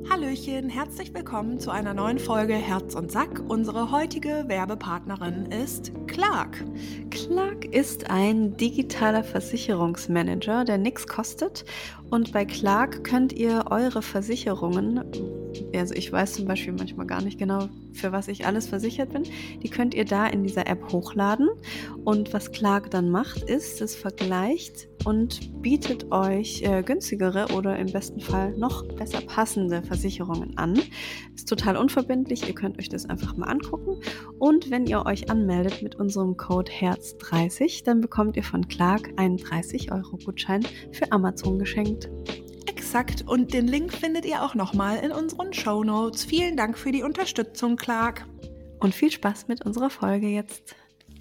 Hallöchen, herzlich willkommen zu einer neuen Folge Herz und Sack. Unsere heutige Werbepartnerin ist Clark. Clark ist ein digitaler Versicherungsmanager, der nichts kostet. Und bei Clark könnt ihr eure Versicherungen, also ich weiß zum Beispiel manchmal gar nicht genau, für was ich alles versichert bin, die könnt ihr da in dieser App hochladen. Und was Clark dann macht, ist, es vergleicht und bietet euch günstigere oder im besten Fall noch besser passende Versicherungen an. Ist total unverbindlich, ihr könnt euch das einfach mal angucken. Und wenn ihr euch anmeldet mit unserem Code HERZ30, dann bekommt ihr von Clark einen 30-Euro-Gutschein für Amazon geschenkt. Exakt, und den Link findet ihr auch nochmal in unseren Shownotes. Vielen Dank für die Unterstützung, Clark. Und viel Spaß mit unserer Folge jetzt.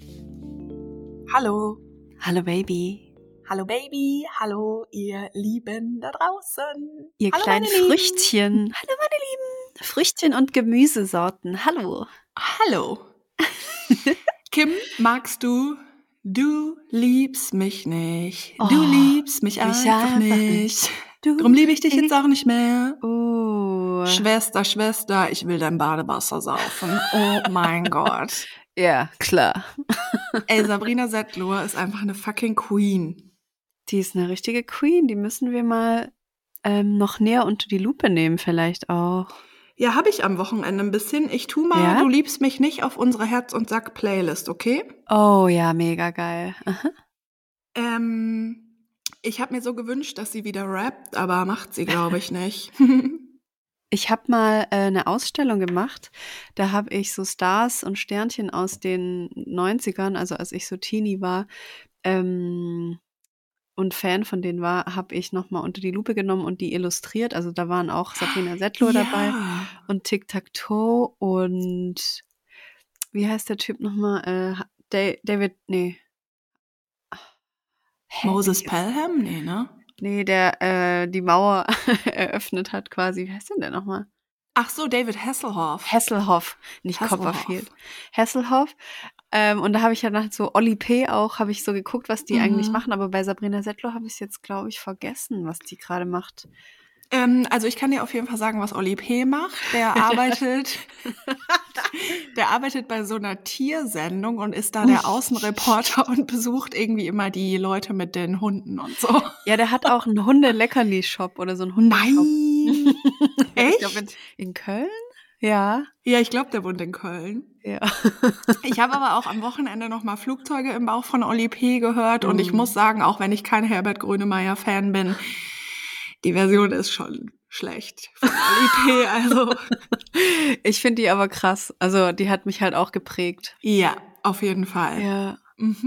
Hallo. Hallo Baby. Hallo Baby, hallo ihr Lieben da draußen. Ihr hallo kleinen meine Lieben. Früchtchen. Hallo meine Lieben. Früchtchen und Gemüsesorten. Hallo. Hallo. Kim, magst du? Du liebst mich nicht. Du Oh, liebst mich einfach nicht. Drum liebe ich dich jetzt auch nicht mehr. Oh. Schwester, ich will dein Badewasser saufen. Oh mein Gott. Ja, klar. Ey, Sabrina Settler ist einfach eine fucking Queen. Die ist eine richtige Queen. Die müssen wir mal noch näher unter die Lupe nehmen vielleicht auch. Ja, habe ich am Wochenende ein bisschen. Ich tu mal, Ja? Du liebst mich nicht auf unsere Herz- und Sack-Playlist, okay? Oh ja, mega geil. Aha. Ich habe mir so gewünscht, dass sie wieder rappt, aber macht sie, glaube ich, nicht. Ich habe mal eine Ausstellung gemacht, da habe ich so Stars und Sternchen aus den 90ern, also als ich so Teenie war und Fan von denen war, habe ich nochmal unter die Lupe genommen und die illustriert. Also da waren auch Sabrina Settler dabei und Tic-Tac-Toe und wie heißt der Typ nochmal? David, nee. Moses Pelham? Nee, ne? Nee, der die Mauer eröffnet hat quasi. Wie heißt denn der nochmal? Ach so, David Hasselhoff. Hasselhoff, nicht Hasselhoff. Copperfield. Hasselhoff. Und da habe ich ja nach so Oli P. auch, habe ich so geguckt, was die eigentlich machen. Aber bei Sabrina Settler habe ich es jetzt, glaube ich, vergessen, was die gerade macht. Also ich kann dir auf jeden Fall sagen, was Oli P. macht. Der arbeitet bei so einer Tiersendung und ist da der Außenreporter und besucht irgendwie immer die Leute mit den Hunden und so. Ja, der hat auch einen Hunde-Leckerli-Shop oder so einen Hundeshop. Nein! Echt? Ich glaube in Köln? Ja. Ja, ich glaube, der wohnt in Köln. Ja. Ich habe aber auch am Wochenende noch mal Flugzeuge im Bauch von Oli P. gehört und ich muss sagen, auch wenn ich kein Herbert Grönemeyer-Fan bin, die Version ist schon schlecht von Oli P. Also Ich finde die aber krass. Also die hat mich halt auch geprägt. ja, auf jeden Fall. Ja.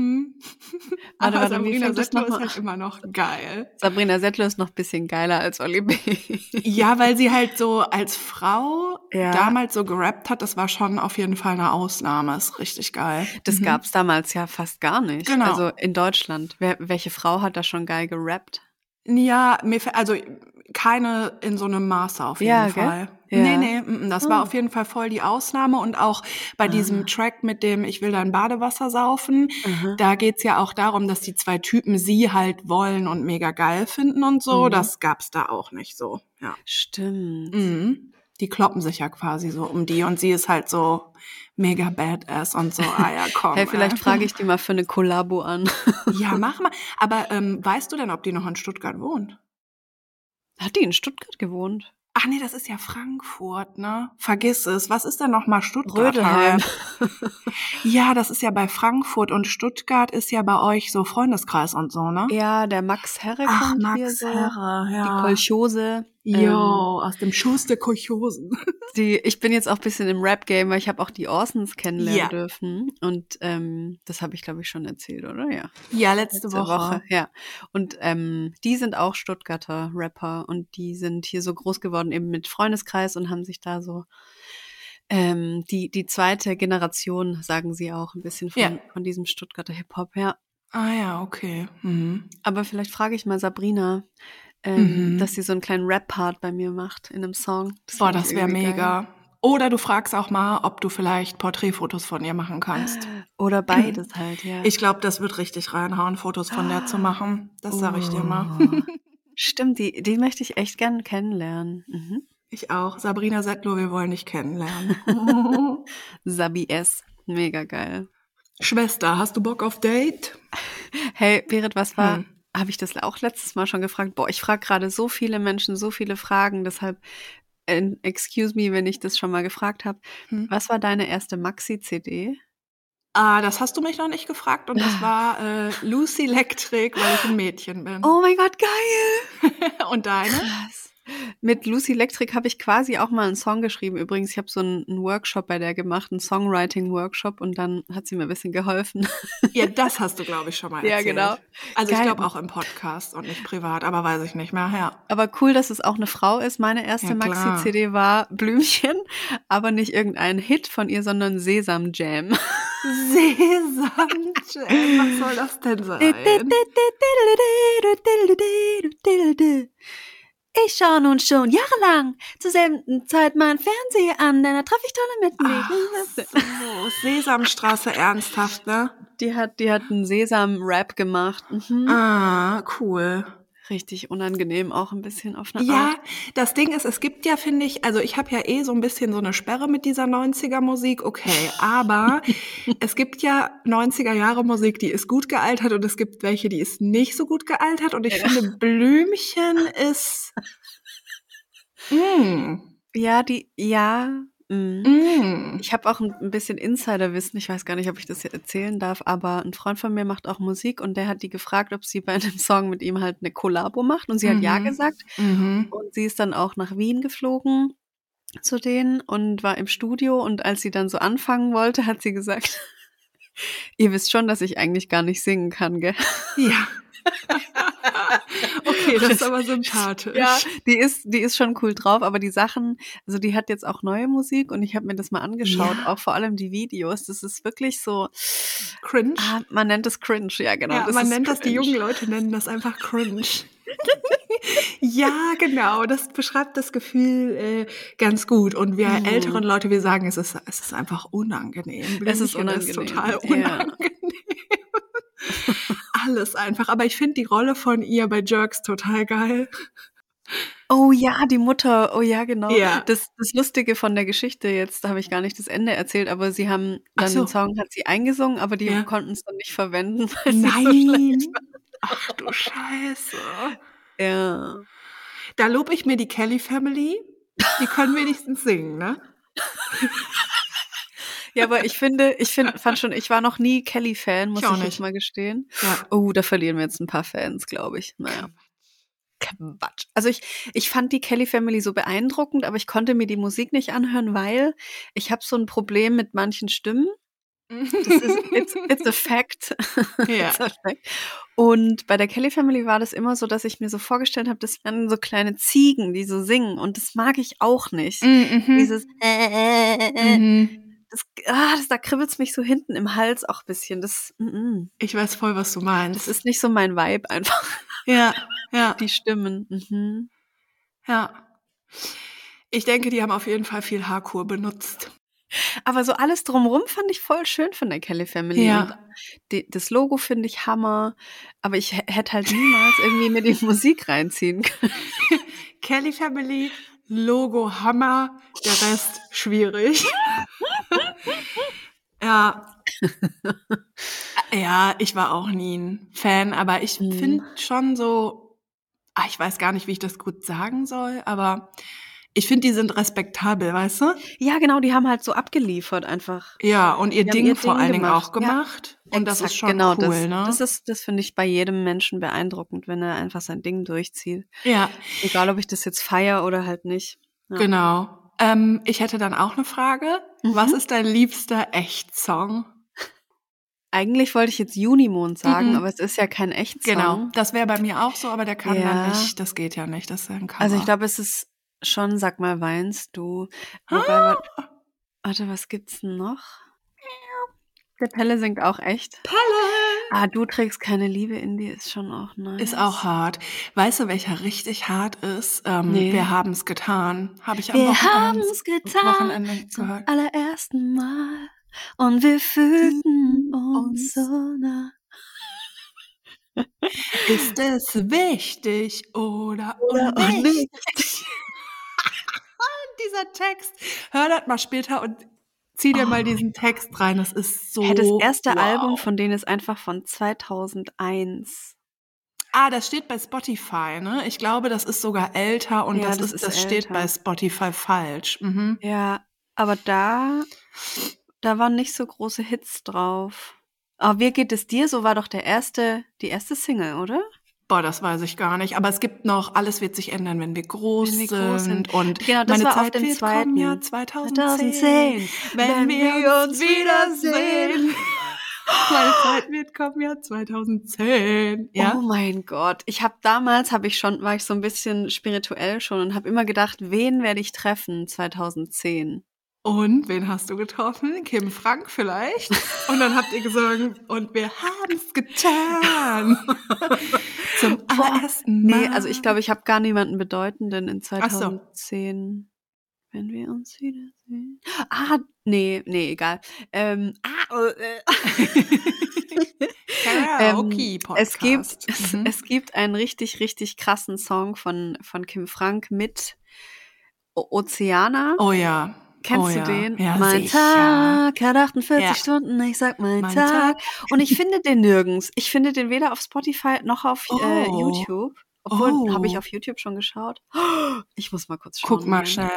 Aber Sabrina Settler ist halt immer noch geil. Sabrina Settler ist noch ein bisschen geiler als Oli P. Ja, weil sie halt so als Frau damals so gerappt hat, das war schon auf jeden Fall eine Ausnahme. Ist richtig geil. Das gab's damals ja fast gar nicht. Genau. Also in Deutschland. Welche Frau hat da schon geil gerappt? Ja, also keine in so einem Maße auf jeden Fall. Ja. Nee, das war auf jeden Fall voll die Ausnahme. Und auch bei diesem Track mit dem Ich will dein Badewasser saufen, da geht's ja auch darum, dass die zwei Typen sie halt wollen und mega geil finden und so. Das gab's da auch nicht so. Ja. Stimmt. Die kloppen sich ja quasi so um die und sie ist halt so mega badass und so, ja, komm. Hey, vielleicht frage ich die mal für eine Kollabo an. Ja, mach mal. Aber weißt du denn, ob die noch in Stuttgart wohnt? Hat die in Stuttgart gewohnt? Ach nee, das ist ja Frankfurt, ne? Vergiss es. Was ist denn nochmal Stuttgart? Rödelheim. Ja, das ist ja bei Frankfurt und Stuttgart ist ja bei euch so Freundeskreis und so, ne? Ja, der Max Herre kommt hier so. Herre, ja. Die Kolchose. Jo, aus dem Schuss der Kolchosen. Ich bin jetzt auch ein bisschen im Rap-Game, weil ich habe auch die Orsons kennenlernen dürfen. Und das habe ich, glaube ich, schon erzählt, oder? Ja. Ja, letzte Woche. Ja. Und die sind auch Stuttgarter Rapper und die sind hier so groß geworden, eben mit Freundeskreis und haben sich da so die zweite Generation, sagen sie auch, ein bisschen von diesem Stuttgarter Hip-Hop, ja. Ah ja, okay. Aber vielleicht frage ich mal Sabrina, dass sie so einen kleinen Rap-Part bei mir macht in einem Song. Das wäre mega. Geil. Oder du fragst auch mal, ob du vielleicht Porträtfotos von ihr machen kannst. Oder beides halt, ja. Ich glaube, das wird richtig reinhauen, Fotos von der zu machen. Das sage ich dir mal. Stimmt, die möchte ich echt gerne kennenlernen. Ich auch. Sabrina Settler, wir wollen dich kennenlernen. Sabi S. Mega geil. Schwester, hast du Bock auf Date? Hey, Berit, habe ich das auch letztes Mal schon gefragt? Boah, ich frage gerade so viele Menschen, so viele Fragen, deshalb excuse me, wenn ich das schon mal gefragt habe. Was war deine erste Maxi-CD? Das hast du mich noch nicht gefragt und das war Lucy Electric, weil ich ein Mädchen bin. Oh mein Gott, geil! Und deine? Krass. Mit Lucy Electric habe ich quasi auch mal einen Song geschrieben. Übrigens, ich habe so einen Workshop bei der gemacht, einen Songwriting-Workshop, und dann hat sie mir ein bisschen geholfen. Ja, das hast du, glaube ich, schon mal erzählt. Ja, genau. Also ich glaube auch im Podcast und nicht privat, aber weiß ich nicht mehr, ja. Aber cool, dass es auch eine Frau ist. Meine erste Maxi-CD war Blümchen, aber nicht irgendein Hit von ihr, sondern Sesam Jam. Sesam Jam, was soll das denn sein? Ich schaue nun schon jahrelang zur selben Zeit mein Fernseher an, denn da treffe ich tolle Mitmenschen. So, Sesamstraße, ernsthaft, ne? Die hat einen Sesam-Rap gemacht. Cool. Richtig unangenehm, auch ein bisschen auf eine Art. Ja, das Ding ist, es gibt ja, finde ich, also ich habe ja so ein bisschen so eine Sperre mit dieser 90er-Musik, okay, aber es gibt ja 90er-Jahre-Musik, die ist gut gealtert und es gibt welche, die ist nicht so gut gealtert und ich finde, Blümchen ist Ich habe auch ein bisschen Insiderwissen, ich weiß gar nicht, ob ich das hier erzählen darf, aber ein Freund von mir macht auch Musik und der hat die gefragt, ob sie bei einem Song mit ihm halt eine Kollabo macht und sie hat ja gesagt und sie ist dann auch nach Wien geflogen zu denen und war im Studio und als sie dann so anfangen wollte, hat sie gesagt, ihr wisst schon, dass ich eigentlich gar nicht singen kann, gell? Ja. Okay, das ist aber sympathisch. Ja, die ist schon cool drauf, aber die Sachen, also die hat jetzt auch neue Musik und ich habe mir das mal angeschaut, auch vor allem die Videos, das ist wirklich so cringe. Man nennt es cringe, ja genau. Ja, man nennt das, die jungen Leute nennen das einfach cringe. Ja, genau, das beschreibt das Gefühl ganz gut. Und wir älteren Leute, wir sagen, es ist einfach unangenehm. Es ist unangenehm. Es ist total unangenehm. Ja. Alles einfach. Aber ich finde die Rolle von ihr bei Jerks total geil. Oh ja, die Mutter. Oh ja, genau. Ja. Das Lustige von der Geschichte jetzt, da habe ich gar nicht das Ende erzählt, aber sie haben dann den Song hat sie eingesungen, aber die konnten es dann nicht verwenden, weil sie so schlecht war. Ach du Scheiße. Ja. Da lobe ich mir die Kelly Family. Die können wenigstens singen, ne? Ja, aber ich fand schon, ich war noch nie Kelly-Fan, muss ich jetzt mal gestehen. Ja. Oh, da verlieren wir jetzt ein paar Fans, glaube ich. Naja. Quatsch. Also ich fand die Kelly Family so beeindruckend, aber ich konnte mir die Musik nicht anhören, weil ich habe so ein Problem mit manchen Stimmen. It's a fact. Ja. It's a fact. Und bei der Kelly Family war das immer so, dass ich mir so vorgestellt habe, das wären so kleine Ziegen, die so singen. Und das mag ich auch nicht. Dieses da kribbelt's mich so hinten im Hals auch ein bisschen. Ich weiß voll, was du meinst. Das ist nicht so mein Vibe einfach. Ja. Die Stimmen. Ja. Ich denke, die haben auf jeden Fall viel Haarkur benutzt. Aber so alles drumherum fand ich voll schön von der Kelly Family. Ja. Und das Logo finde ich Hammer. Aber ich hätte halt niemals irgendwie mir die Musik reinziehen können. Kelly Family, Logo Hammer, der Rest schwierig. Ja. Ja, ich war auch nie ein Fan, aber ich finde schon so, ich weiß gar nicht, wie ich das gut sagen soll, aber ich finde, die sind respektabel, weißt du? Ja, genau, die haben halt so abgeliefert einfach. Ja, und ihr Ding vor allen Dingen auch gemacht. Ja, und das ist schon cool, ne? Das finde ich bei jedem Menschen beeindruckend, wenn er einfach sein Ding durchzieht. Ja. Egal, ob ich das jetzt feiere oder halt nicht. Ja. Genau. Ich hätte dann auch eine Frage. Was ist dein liebster Echtsong? Eigentlich wollte ich jetzt Junimond sagen, aber es ist ja kein Echtsong. Genau, das wäre bei mir auch so, aber der kann dann nicht, das geht ja nicht, das ist ein Cover. Also ich glaube, es ist schon, sag mal, weinst du? Wobei, warte, was gibt's denn noch? Der Pelle singt auch echt. Pelle! Du trägst keine Liebe in dir, ist schon auch nice. Ist auch hart. Weißt du, welcher richtig hart ist? Wir haben's getan. Habe ich am Wochenende zum gehört. allerersten Mal. Und wir fühlten uns so nah. Ist es wichtig oder unwichtig? dieser Text. Hör das mal später und zieh dir mal diesen Text rein. Das ist so Das erste wow. Album von denen ist einfach von 2001. Das steht bei Spotify, ne? Ich glaube, das ist sogar älter und Ja, das steht bei Spotify falsch. Mhm. Ja, aber da waren nicht so große Hits drauf. Aber wie geht es dir? So war doch die erste Single, oder? Boah, das weiß ich gar nicht. Aber es gibt noch Alles wird sich ändern, wenn wir groß sind. Und Genau, das meine war auf Zeit dem wird zweiten. kommen, ja, 2010, wenn wir uns wiedersehen. Meine Zeit wird kommen, ja, 2010. Ja? Oh mein Gott. War ich so ein bisschen spirituell schon und habe immer gedacht, wen werde ich treffen 2010? Und wen hast du getroffen? Kim Frank vielleicht? Und dann habt ihr gesungen, und wir haben's getan. Zum allerersten Mal. Nee, also ich glaube, ich habe gar niemanden Bedeutenden in Ach so. 2010. Wenn wir uns wiedersehen. Nee, egal. Karaoke-Podcast. Es gibt einen richtig, richtig krassen Song von Kim Frank mit Oceana. Oh ja. Kennst du den? Ja, mein sicher. Tag hat 48 Stunden, ich sag mein Tag. Und ich finde den nirgends. Ich finde den weder auf Spotify noch auf YouTube. Obwohl, habe ich auf YouTube schon geschaut? Ich muss mal kurz schauen. Guck mal schnell.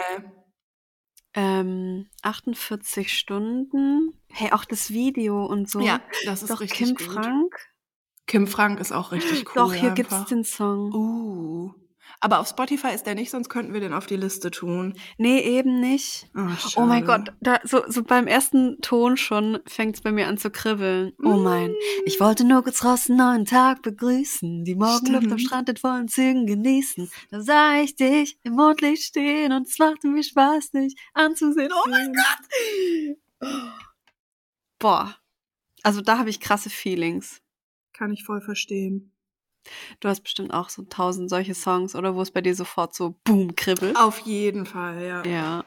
48 Stunden. Hey, auch das Video und so. Ja, das ist doch richtig Kim gut. Frank. Kim Frank ist auch richtig cool. Doch, hier einfach. gibt's den Song. Aber auf Spotify ist der nicht, sonst könnten wir den auf die Liste tun. Nee, eben nicht. Oh mein Gott, so beim ersten Ton schon fängt's bei mir an zu kribbeln. Oh mein, ich wollte nur kurz raus einen neuen Tag begrüßen, die Morgenluft am Strand in vollen Zügen genießen. Da sah ich dich im Mondlicht stehen und es machte mir Spaß, dich anzusehen. Oh mein Gott! Boah, also da habe ich krasse Feelings. Kann ich voll verstehen. Du hast bestimmt auch so 1000 solche Songs, oder wo es bei dir sofort so boom kribbelt. Auf jeden Fall, ja. Ja.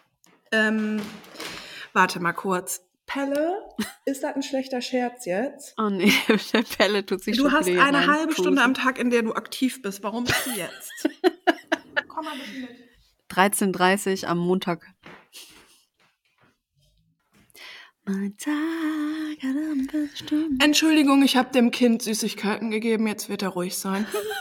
Warte mal kurz. Pelle, ist das ein schlechter Scherz jetzt? Oh nee, der Pelle tut sich schon Du hast wieder eine rein. halbe Stunde am Tag, in der du aktiv bist. Warum bist du jetzt? Komm mal ein bisschen mit. 13:30 am Montag. Mein Tag hat 48 Stunden. Entschuldigung, ich habe dem Kind Süßigkeiten gegeben, jetzt wird er ruhig sein.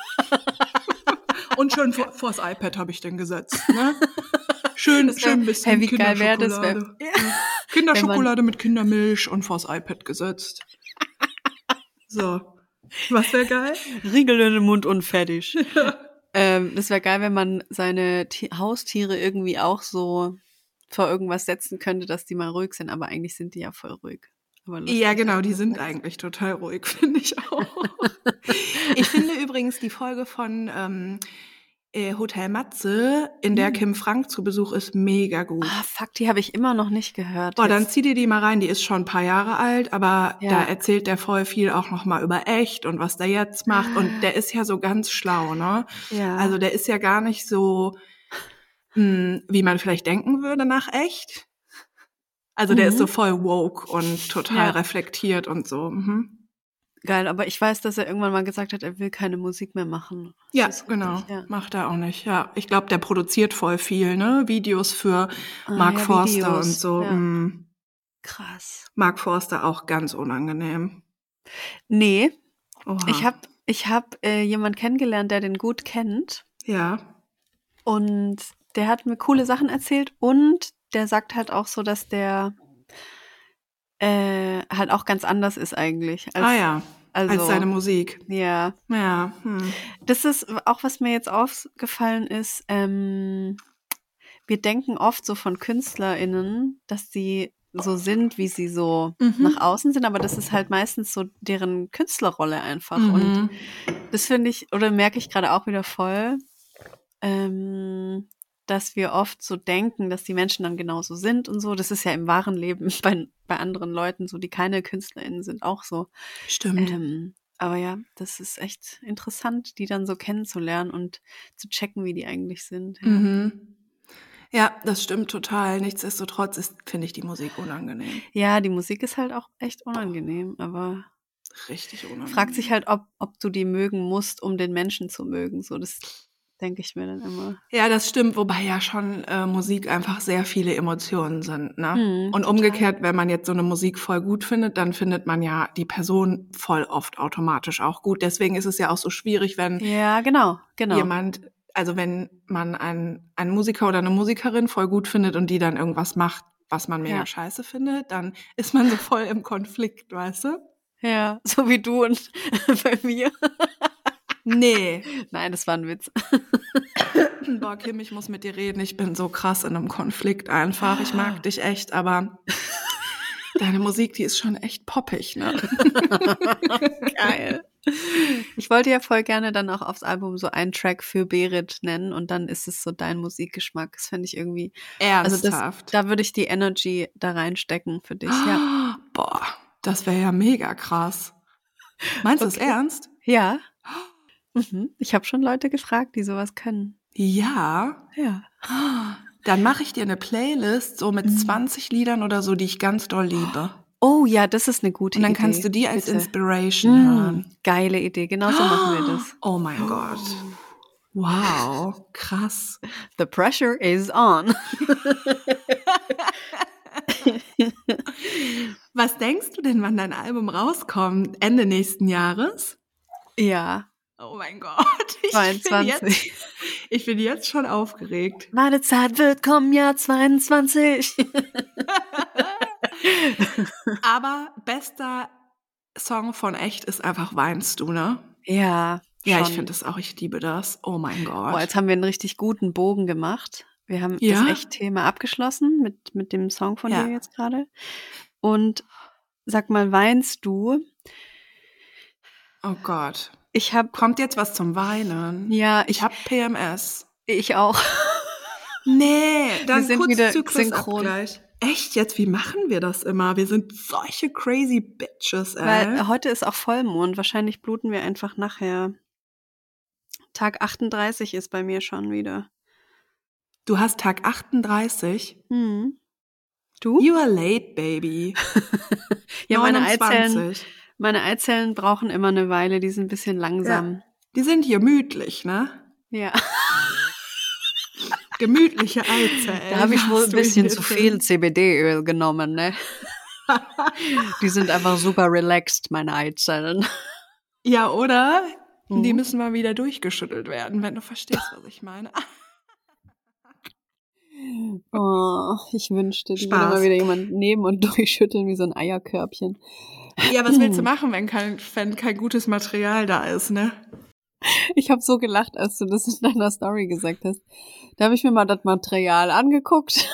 Und schön vors iPad habe ich den gesetzt, ne? Schön ein bisschen wie geil wäre das? Kinderschokolade mit Kindermilch und vors iPad gesetzt. So. Was wäre geil? Riegel in den Mund und fertig. Das wäre geil, wenn man seine Haustiere irgendwie auch so vor irgendwas setzen könnte, dass die mal ruhig sind, aber eigentlich sind die ja voll ruhig. Ja, genau, die sind eigentlich total ruhig, finde ich auch. Ich finde übrigens die Folge von Hotel Matze, in der Kim Frank zu Besuch ist, mega gut. Fuck, die habe ich immer noch nicht gehört. Boah, dann zieh dir die mal rein, die ist schon ein paar Jahre alt, aber da erzählt der voll viel auch nochmal über echt und was der jetzt macht. Und der ist ja so ganz schlau, ne? Ja. Also der ist ja gar nicht so, wie man vielleicht denken würde nach echt. Also der ist so voll woke und total reflektiert und so. Geil, aber ich weiß, dass er irgendwann mal gesagt hat, er will keine Musik mehr machen. Ja, genau. Macht er auch nicht. Ja, ich glaube, der produziert voll viel, ne? Videos für Mark Forster und so. Ja. Krass. Mark Forster auch ganz unangenehm. Nee. Oha. Ich hab jemanden kennengelernt, der den gut kennt. Ja. Und der hat mir coole Sachen erzählt und der sagt halt auch so, dass der halt auch ganz anders ist eigentlich. Als seine Musik. Ja. Ja. Das ist auch, was mir jetzt aufgefallen ist. Wir denken oft so von KünstlerInnen, dass die so sind, wie sie so nach außen sind, aber das ist halt meistens so deren Künstlerrolle einfach. Und das finde ich, oder merke ich gerade auch wieder voll, dass wir oft so denken, dass die Menschen dann genauso sind und so. Das ist ja im wahren Leben bei anderen Leuten so, die keine KünstlerInnen sind, auch so. Stimmt. Aber ja, das ist echt interessant, die dann so kennenzulernen und zu checken, wie die eigentlich sind. Ja. Ja, das stimmt total. Nichtsdestotrotz finde ich die Musik unangenehm. Ja, die Musik ist halt auch echt unangenehm, aber richtig unangenehm. Fragt sich halt, ob du die mögen musst, um den Menschen zu mögen. So, das denke ich mir dann immer. Ja, das stimmt, wobei ja schon Musik einfach sehr viele Emotionen sind, ne? Und Total. umgekehrt, wenn man jetzt so eine Musik voll gut findet, dann findet man ja die Person voll oft automatisch auch gut. Deswegen ist es ja auch so schwierig, wenn Ja, genau. also wenn man einen Musiker oder eine Musikerin voll gut findet und die dann irgendwas macht, was man mega Ja. scheiße findet, dann ist man so voll im Konflikt, weißt du? Ja, so wie du und bei mir. Nee. Nein, das war ein Witz. Boah, Kim, ich muss mit dir reden. Ich bin so krass in einem Konflikt einfach. Ich mag dich echt, aber deine Musik, die ist schon echt poppig, ne? Geil. Ich wollte ja voll gerne dann auch aufs Album so einen Track für Berit nennen und dann ist es so dein Musikgeschmack. Das fände ich irgendwie, Ernsthaft. da würde ich die Energy da reinstecken für dich, ja. Boah, das wäre ja mega krass. Meinst du es ernst? Ja. Ich habe schon Leute gefragt, die sowas können. Ja. Ja. Dann mache ich dir eine Playlist so mit 20 Liedern oder so, die ich ganz doll liebe. Oh ja, das ist eine gute Idee. Und dann kannst du die als Bitte. Inspiration hören. Geile Idee, genau so machen wir das. Oh mein Gott. Wow, krass. The pressure is on. Was denkst du denn, wann dein Album rauskommt? Ende nächsten Jahres? Ja. Oh mein Gott. 22. Ich bin jetzt schon aufgeregt. Meine Zeit wird kommen, Jahr 22. Aber bester Song von Echt ist einfach Weinst du, ne? Ja. Ja, schon. ich finde das auch, ich liebe das. Oh mein Gott. Boah, jetzt haben wir einen richtig guten Bogen gemacht. Wir haben Ja? das Echt-Thema abgeschlossen mit dem Song von Ja. dir jetzt gerade. Und sag mal, weinst du? Oh Gott. Ich habe Kommt jetzt was zum Weinen? Ja, Ich habe PMS. ich auch. Nee, dann Wir sind kurz wieder Zyklusabgleich. Echt jetzt? Wie machen wir das immer? Wir sind solche crazy Bitches, ey. Weil heute ist auch Vollmond. Wahrscheinlich bluten wir einfach nachher. Tag 38 ist bei mir schon wieder. Du hast Tag 38. Du? You are late, baby. Ja, 29. meine Eizellen brauchen immer eine Weile. Die sind ein bisschen langsam. Ja. Die sind gemütlich, ne? Ja. Gemütliche Eizellen. Da habe ich wohl ein hast du bisschen in zu dir viel drin. CBD-Öl genommen, ne? Die sind einfach super relaxed, meine Eizellen. Ja, oder? Die müssen mal wieder durchgeschüttelt werden, wenn du verstehst, was ich meine. Oh, ich wünschte, die würde Spaß. mal wieder jemand nehmen und durchschütteln wie so ein Eierkörbchen. Ja, was willst du machen, wenn kein gutes Material da ist, ne? Ich habe so gelacht, als du das in deiner Story gesagt hast. Da habe ich mir mal das Material angeguckt.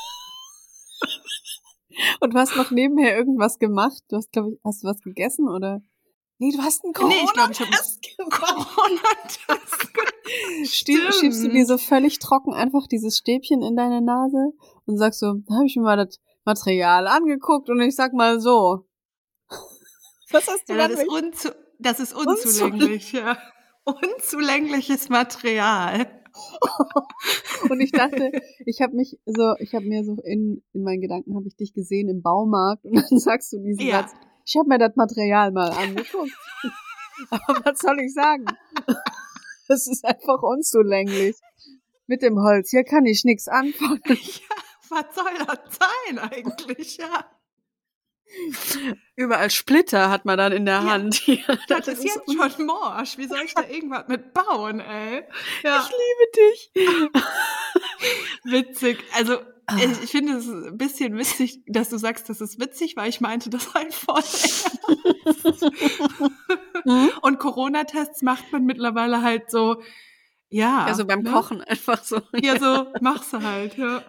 Und du hast noch nebenher irgendwas gemacht. Du hast, glaube ich, hast du was gegessen oder? Nee, du hast einen Corona-Test Corona-Test. Schiebst du dir so völlig trocken einfach dieses Stäbchen in deine Nase und sagst so, da habe ich mir mal das Material angeguckt und ich sag mal so. Was hast du Ja, dann? das ist unzulänglich, ja. Unzulängliches Material. Und ich dachte, ich habe mir so in meinen Gedanken habe ich dich gesehen im Baumarkt und dann sagst du diesen Ja. Satz, ich habe mir das Material mal angeguckt. Aber was soll ich sagen? Das ist einfach unzulänglich. Mit dem Holz, hier kann ich nichts anfangen. Ja, was soll das sein eigentlich, ja? Überall Splitter hat man dann in der Hand. Hier. Das ist jetzt schon morsch. Wie soll ich da irgendwas mit bauen, ey? Ja. Ich liebe dich. Witzig. Also, ich finde es ein bisschen witzig, dass du sagst, das ist witzig, weil ich meinte das halt voll ernst. Und Corona-Tests macht man mittlerweile halt so, ja. Ja, so beim ne? Kochen einfach so. Ja, so machst du halt, ja.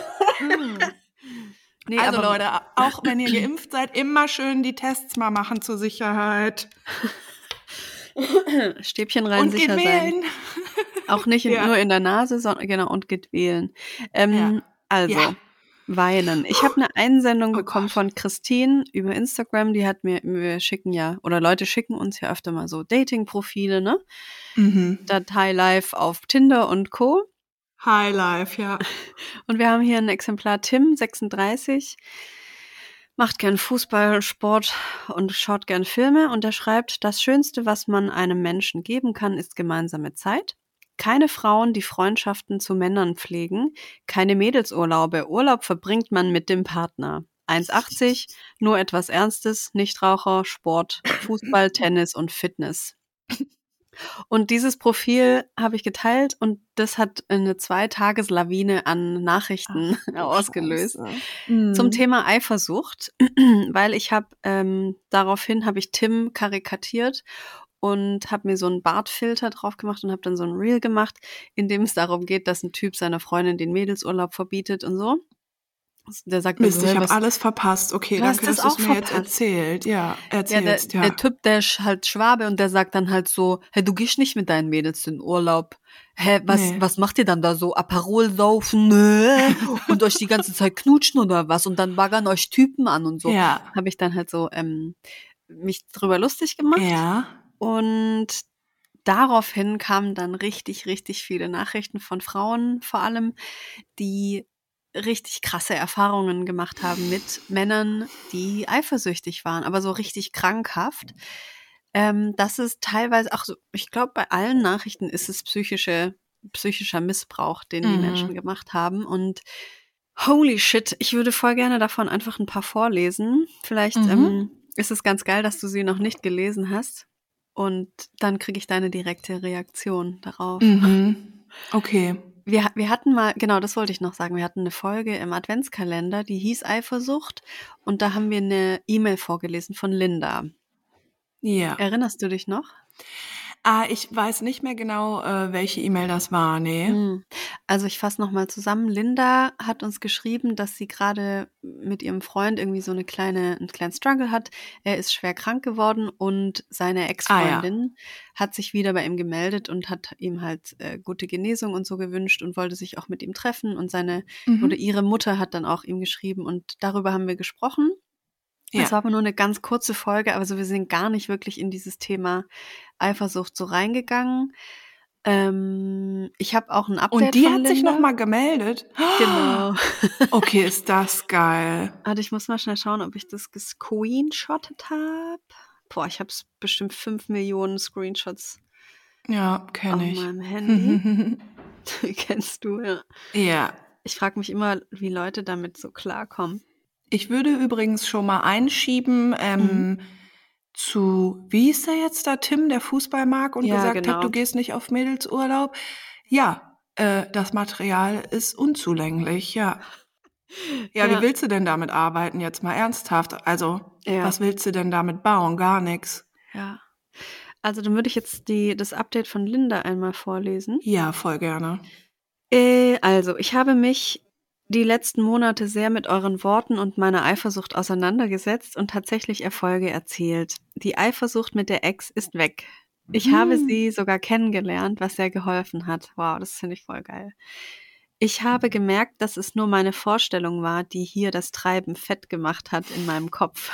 Nee, Also aber Leute, auch wenn ihr geimpft seid, immer schön die Tests mal machen zur Sicherheit. Stäbchen rein Und sicher geht sein. wählen. Auch nicht Ja. nur in der Nase, sondern genau, und geht wählen. Ja. Also, Ja. weinen. Ich habe eine Einsendung Oh bekommen Gott. von Christine über Instagram, die hat mir, wir schicken ja, oder Leute schicken uns ja öfter mal so Dating-Profile, ne? Datei live auf Tinder und Co. High Life, ja. Und wir haben hier ein Exemplar Tim, 36, macht gern Fußball, Sport und schaut gern Filme. Und er schreibt, das Schönste, was man einem Menschen geben kann, ist gemeinsame Zeit. Keine Frauen, die Freundschaften zu Männern pflegen. Keine Mädelsurlaube. Urlaub verbringt man mit dem Partner. 1,80, nur etwas Ernstes, Nichtraucher, Sport, Fußball, Tennis und Fitness. Und dieses Profil habe ich geteilt und das hat eine 2-Tages-Lawine an Nachrichten ausgelöst. Zum Thema Eifersucht, weil ich habe daraufhin habe ich Tim karikatiert und habe mir so einen Bartfilter drauf gemacht und habe dann so ein Reel gemacht, in dem es darum geht, dass ein Typ seiner Freundin den Mädelsurlaub verbietet und so. Der sagt Mist, dann so, ich hey, habe alles verpasst. Okay, Du hast danke, das dass du es auch mir jetzt verpasst. erzählt. Ja, erzählst, ja. Der Typ, der ist halt Schwabe und der sagt dann halt so, hey, du gehst nicht mit deinen Mädels in Urlaub. Hä, Nee. was macht ihr dann da so? Aperol saufen und euch die ganze Zeit knutschen oder was? Und dann baggern euch Typen an und so. Ja. Habe ich dann halt so mich drüber lustig gemacht. Ja. Und daraufhin kamen dann richtig, richtig viele Nachrichten von Frauen vor allem, die richtig krasse Erfahrungen gemacht haben mit Männern, die eifersüchtig waren, aber so richtig krankhaft. Das ist teilweise, ach so, ich glaube, bei allen Nachrichten ist es psychischer Missbrauch, den die Menschen gemacht haben. Und holy shit, ich würde voll gerne davon einfach ein paar vorlesen. Vielleicht ist es ganz geil, dass du sie noch nicht gelesen hast. Und dann kriege ich deine direkte Reaktion darauf. Okay. Wir hatten mal, genau, das wollte ich noch sagen, wir hatten eine Folge im Adventskalender, die hieß Eifersucht und da haben wir eine E-Mail vorgelesen von Linda. Ja. Erinnerst du dich noch? Ich weiß nicht mehr genau, welche E-Mail das war, nee. Also ich fasse nochmal zusammen. Linda hat uns geschrieben, dass sie gerade mit ihrem Freund irgendwie so einen kleinen Struggle hat. Er ist schwer krank geworden und seine Ex-Freundin hat sich wieder bei ihm gemeldet und hat ihm halt gute Genesung und so gewünscht und wollte sich auch mit ihm treffen. Und oder ihre Mutter hat dann auch ihm geschrieben und darüber haben wir gesprochen. Ja. Es war aber nur eine ganz kurze Folge, aber so wir sind gar nicht wirklich in dieses Thema Eifersucht so reingegangen. Ich habe auch ein Update Und die von hat Linda. sich nochmal gemeldet? Genau. Okay, ist das geil. Warte, ich muss mal schnell schauen, ob ich das gescreenshottet habe. Boah, ich habe bestimmt 5 Millionen Screenshots Ja, auf kenne ich. meinem Handy. Kennst du, ja. Ja. Ich frage mich immer, wie Leute damit so klarkommen. Ich würde übrigens schon mal einschieben zu, wie hieß der jetzt da, Tim, der Fußball mag und Ja, gesagt genau. hat, du gehst nicht auf Mädelsurlaub. Ja, das Material ist unzulänglich, ja. Ja, wie willst du denn damit arbeiten, jetzt mal ernsthaft? Also, was willst du denn damit bauen? Gar nichts. Ja. Also dann würde ich jetzt das Update von Linda einmal vorlesen. Ja, voll gerne. Also, ich habe mich die letzten Monate sehr mit euren Worten und meiner Eifersucht auseinandergesetzt und tatsächlich Erfolge erzielt. Die Eifersucht mit der Ex ist weg. Ich habe sie sogar kennengelernt, was sehr geholfen hat. Wow, das finde ich voll geil. Ich habe gemerkt, dass es nur meine Vorstellung war, die hier das Treiben fett gemacht hat in meinem Kopf.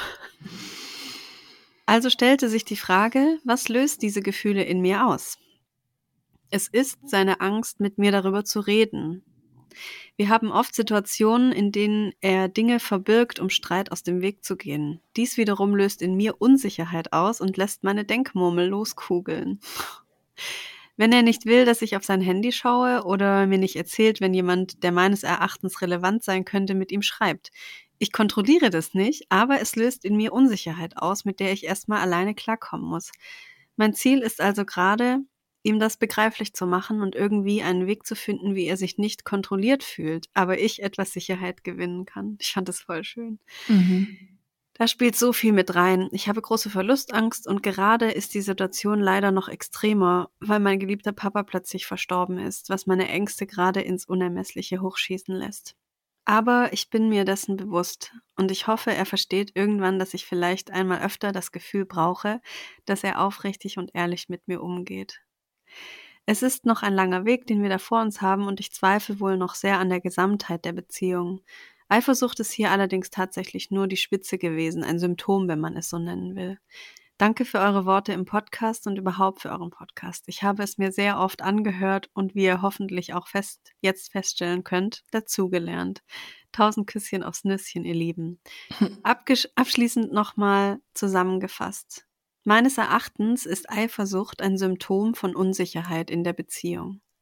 Also stellte sich die Frage, was löst diese Gefühle in mir aus? Es ist seine Angst, mit mir darüber zu reden. Wir haben oft Situationen, in denen er Dinge verbirgt, um Streit aus dem Weg zu gehen. Dies wiederum löst in mir Unsicherheit aus und lässt meine Denkmurmel loskugeln. Wenn er nicht will, dass ich auf sein Handy schaue oder mir nicht erzählt, wenn jemand, der meines Erachtens relevant sein könnte, mit ihm schreibt. Ich kontrolliere das nicht, aber es löst in mir Unsicherheit aus, mit der ich erstmal alleine klarkommen muss. Mein Ziel ist also gerade, ihm das begreiflich zu machen und irgendwie einen Weg zu finden, wie er sich nicht kontrolliert fühlt, aber ich etwas Sicherheit gewinnen kann. Ich fand das voll schön. Da spielt so viel mit rein. Ich habe große Verlustangst und gerade ist die Situation leider noch extremer, weil mein geliebter Papa plötzlich verstorben ist, was meine Ängste gerade ins Unermessliche hochschießen lässt. Aber ich bin mir dessen bewusst und ich hoffe, er versteht irgendwann, dass ich vielleicht einmal öfter das Gefühl brauche, dass er aufrichtig und ehrlich mit mir umgeht. Es ist noch ein langer Weg, den wir da vor uns haben und ich zweifle wohl noch sehr an der Gesamtheit der Beziehung. Eifersucht ist hier allerdings tatsächlich nur die Spitze gewesen, ein Symptom, wenn man es so nennen will. Danke für eure Worte im Podcast und überhaupt für euren Podcast. Ich habe es mir sehr oft angehört und wie ihr hoffentlich auch jetzt feststellen könnt, dazugelernt. 1000 Küsschen aufs Nüsschen, ihr Lieben. Abschließend nochmal zusammengefasst. Meines Erachtens ist Eifersucht ein Symptom von Unsicherheit in der Beziehung.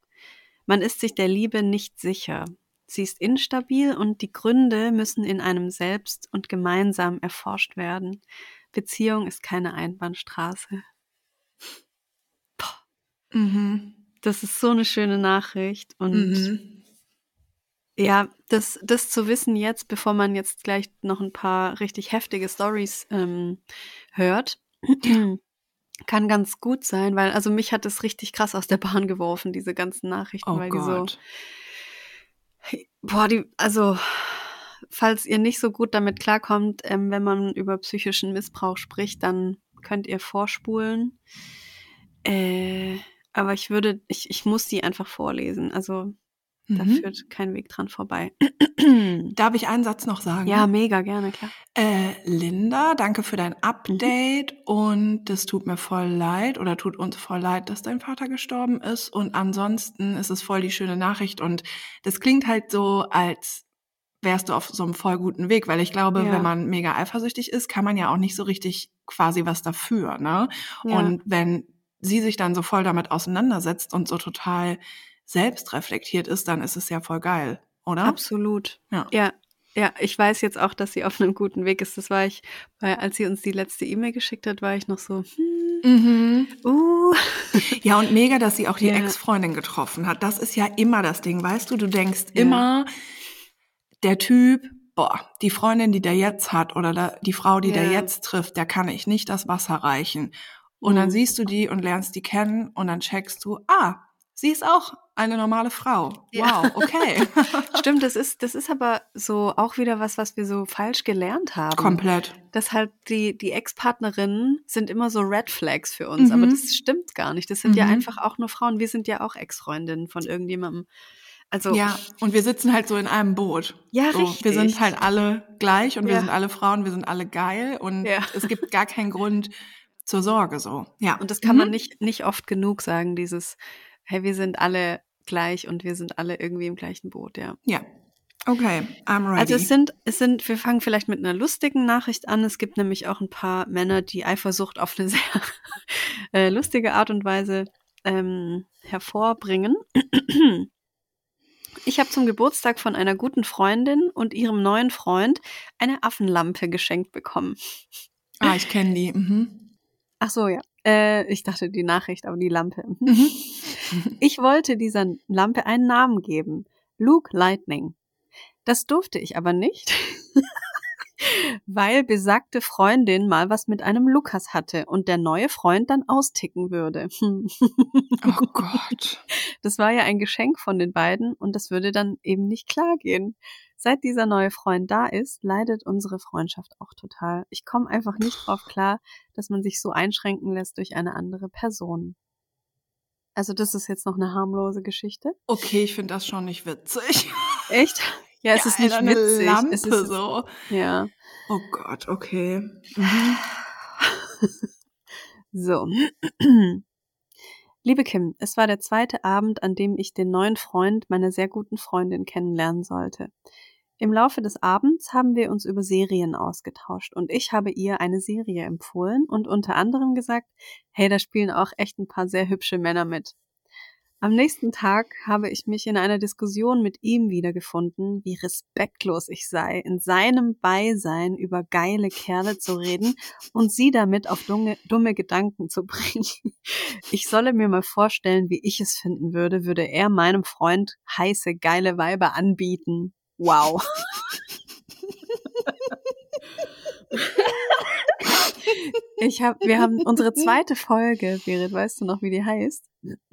Man ist sich der Liebe nicht sicher. Sie ist instabil und die Gründe müssen in einem selbst und gemeinsam erforscht werden. Beziehung ist keine Einbahnstraße. Mhm. Das ist so eine schöne Nachricht und Mhm. ja, das zu wissen jetzt, bevor man jetzt gleich noch ein paar richtig heftige Storys hört, kann ganz gut sein, weil also mich hat es richtig krass aus der Bahn geworfen, diese ganzen Nachrichten, Oh weil die so, Gott. also falls ihr nicht so gut damit klarkommt, wenn man über psychischen Missbrauch spricht, dann könnt ihr vorspulen. Aber ich muss die einfach vorlesen. Also da führt kein Weg dran vorbei. Darf ich einen Satz noch sagen? Ja, mega gerne, klar. Linda, danke für dein Update und es tut mir voll leid oder tut uns voll leid, dass dein Vater gestorben ist und ansonsten ist es voll die schöne Nachricht und das klingt halt so, als wärst du auf so einem voll guten Weg, weil ich glaube, Ja. wenn man mega eifersüchtig ist, kann man ja auch nicht so richtig quasi was dafür, ne? Ja. Und wenn sie sich dann so voll damit auseinandersetzt und so total selbstreflektiert ist, dann ist es ja voll geil, oder? Absolut. Ja. Ja, ich weiß jetzt auch, dass sie auf einem guten Weg ist. Das war ich, weil als sie uns die letzte E-Mail geschickt hat, war ich noch so, Ja, und mega, dass sie auch die Ja. Ex-Freundin getroffen hat. Das ist ja immer das Ding, weißt du? Du denkst Ja. immer, der Typ, die Freundin, die der jetzt hat oder die Frau, die der Ja. jetzt trifft, der kann ich nicht das Wasser reichen. Und dann siehst du die und lernst die kennen und dann checkst du, sie ist auch eine normale Frau. Ja. Wow, okay. Stimmt, das ist aber so auch wieder was wir so falsch gelernt haben. Komplett. Dass halt die Ex-Partnerinnen sind immer so Red Flags für uns, aber das stimmt gar nicht. Das sind ja einfach auch nur Frauen. Wir sind ja auch Ex-Freundinnen von irgendjemandem. Also Ja, und wir sitzen halt so in einem Boot. Ja, so, richtig. Wir sind halt alle gleich und wir Ja. sind alle Frauen, wir sind alle geil und Ja. es gibt gar keinen Grund zur Sorge so. Ja. Und das kann man nicht oft genug sagen, dieses, hey, wir sind alle gleich und wir sind alle irgendwie im gleichen Boot, ja. Ja. Okay, I'm ready. Also wir fangen vielleicht mit einer lustigen Nachricht an. Es gibt nämlich auch ein paar Männer, die Eifersucht auf eine sehr lustige Art und Weise hervorbringen. Ich habe zum Geburtstag von einer guten Freundin und ihrem neuen Freund eine Affenlampe geschenkt bekommen. Ich kenne die. Ach so, ja. Ich dachte die Nachricht, aber die Lampe. Ich wollte dieser Lampe einen Namen geben. Luke Lightning. Das durfte ich aber nicht, weil besagte Freundin mal was mit einem Lukas hatte und der neue Freund dann austicken würde. Oh Gott. Das war ja ein Geschenk von den beiden und das würde dann eben nicht klar gehen. Seit dieser neue Freund da ist, leidet unsere Freundschaft auch total. Ich komme einfach nicht drauf klar, dass man sich so einschränken lässt durch eine andere Person. Also das ist jetzt noch eine harmlose Geschichte. Okay, ich finde das schon nicht witzig. Echt? Ja, es ist nicht eine witzig. Lampe Es ist so. Ja. Oh Gott, okay. So. Liebe Kim, es war der zweite Abend, an dem ich den neuen Freund meiner sehr guten Freundin kennenlernen sollte. Im Laufe des Abends haben wir uns über Serien ausgetauscht und ich habe ihr eine Serie empfohlen und unter anderem gesagt, hey, da spielen auch echt ein paar sehr hübsche Männer mit. Am nächsten Tag habe ich mich in einer Diskussion mit ihm wiedergefunden, wie respektlos ich sei, in seinem Beisein über geile Kerle zu reden und sie damit auf dumme Gedanken zu bringen. Ich solle mir mal vorstellen, wie ich es finden würde, würde er meinem Freund heiße, geile Weiber anbieten. Wow. Wir haben unsere zweite Folge, Berit, weißt du noch, wie die heißt?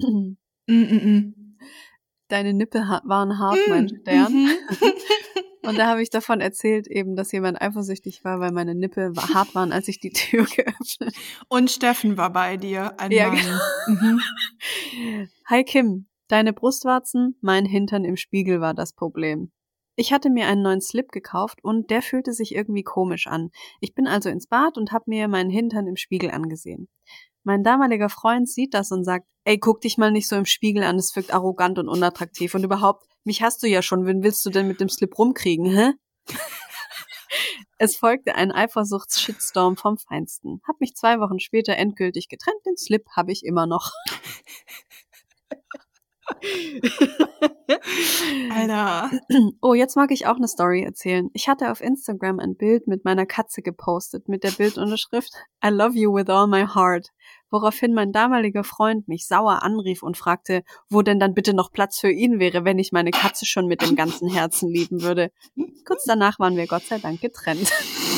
Deine Nippel waren hart, mein Stern. Und da habe ich davon erzählt eben, dass jemand eifersüchtig war, weil meine Nippel hart waren, als ich die Tür geöffnet. Und Steffen war bei dir, ein Ja, Mann. Hi Kim, deine Brustwarzen, mein Hintern im Spiegel war das Problem. Ich hatte mir einen neuen Slip gekauft und der fühlte sich irgendwie komisch an. Ich bin also ins Bad und habe mir meinen Hintern im Spiegel angesehen. Mein damaliger Freund sieht das und sagt, ey, guck dich mal nicht so im Spiegel an, es wirkt arrogant und unattraktiv und überhaupt, mich hast du ja schon, wen willst du denn mit dem Slip rumkriegen, hä? Es folgte ein Eifersuchts-Shitstorm vom Feinsten. Hab mich 2 Wochen später endgültig getrennt, den Slip habe ich immer noch. Alter. Oh, jetzt mag ich auch eine Story erzählen. Ich hatte auf Instagram ein Bild mit meiner Katze gepostet mit der Bildunterschrift I love you with all my heart, woraufhin mein damaliger Freund mich sauer anrief und fragte, wo denn dann bitte noch Platz für ihn wäre, wenn ich meine Katze schon mit dem ganzen Herzen lieben würde. Kurz danach waren wir Gott sei Dank getrennt.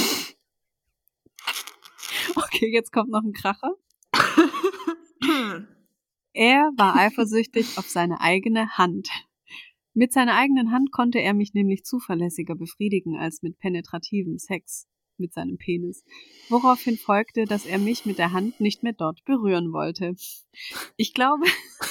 Okay, jetzt kommt noch ein Kracher. Er war eifersüchtig auf seine eigene Hand. Mit seiner eigenen Hand konnte er mich nämlich zuverlässiger befriedigen als mit penetrativem Sex mit seinem Penis, woraufhin folgte, dass er mich mit der Hand nicht mehr dort berühren wollte. Ich glaube,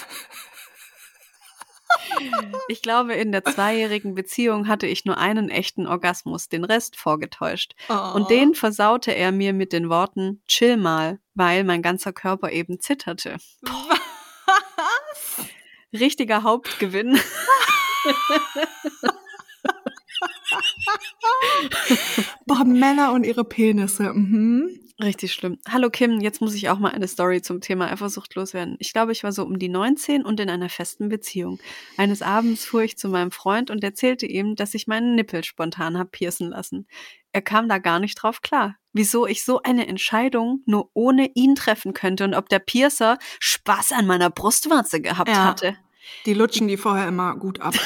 in der 2-jährigen Beziehung hatte ich nur einen echten Orgasmus, den Rest vorgetäuscht. Und den versaute er mir mit den Worten, chill mal, weil mein ganzer Körper eben zitterte. Was? Richtiger Hauptgewinn. Boah, Männer und ihre Penisse. Mhm. Richtig schlimm. Hallo Kim, jetzt muss ich auch mal eine Story zum Thema Eifersucht loswerden. Ich glaube, ich war so um die 19 und in einer festen Beziehung. Eines Abends fuhr ich zu meinem Freund und erzählte ihm, dass ich meinen Nippel spontan hab piercen lassen. Er kam da gar nicht drauf klar, wieso ich so eine Entscheidung nur ohne ihn treffen könnte und ob der Piercer Spaß an meiner Brustwarze gehabt hatte. Die lutschen die vorher immer gut ab.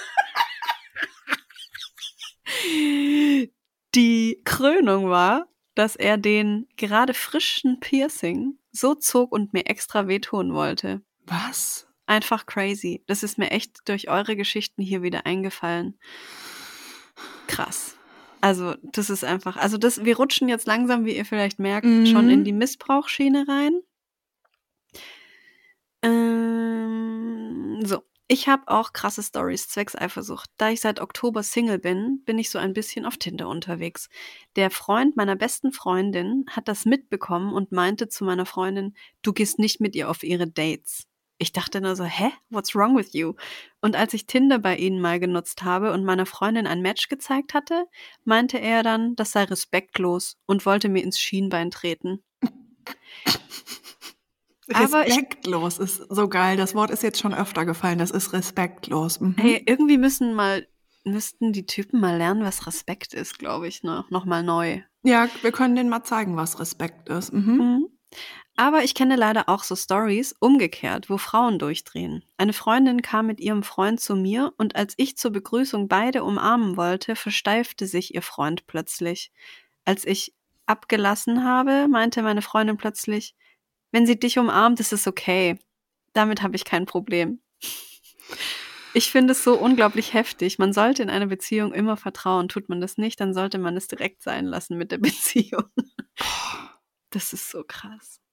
Die Krönung war, dass er den gerade frischen Piercing so zog und mir extra wehtun wollte. Was? Einfach crazy. Das ist mir echt durch eure Geschichten hier wieder eingefallen. Krass. Also, das ist einfach, wir rutschen jetzt langsam, wie ihr vielleicht merkt, schon in die Missbrauchsschiene rein. So. Ich habe auch krasse Stories zwecks Eifersucht. Da ich seit Oktober Single bin, bin ich so ein bisschen auf Tinder unterwegs. Der Freund meiner besten Freundin hat das mitbekommen und meinte zu meiner Freundin, du gehst nicht mit ihr auf ihre Dates. Ich dachte nur so, hä? What's wrong with you? Und als ich Tinder bei ihnen mal genutzt habe und meiner Freundin ein Match gezeigt hatte, meinte er dann, das sei respektlos und wollte mir ins Schienbein treten. Respektlos ist so geil. Das Wort ist jetzt schon öfter gefallen. Das ist respektlos. Mhm. Hey, irgendwie müssten die Typen mal lernen, was Respekt ist, glaube ich, ne? Nochmal neu. Ja, wir können denen mal zeigen, was Respekt ist. Mhm. Aber ich kenne leider auch so Stories umgekehrt, wo Frauen durchdrehen. Eine Freundin kam mit ihrem Freund zu mir und als ich zur Begrüßung beide umarmen wollte, versteifte sich ihr Freund plötzlich. Als ich abgelassen habe, meinte meine Freundin plötzlich, wenn sie dich umarmt, ist es okay. Damit habe ich kein Problem. Ich finde es so unglaublich heftig. Man sollte in einer Beziehung immer vertrauen. Tut man das nicht, dann sollte man es direkt sein lassen mit der Beziehung. Das ist so krass.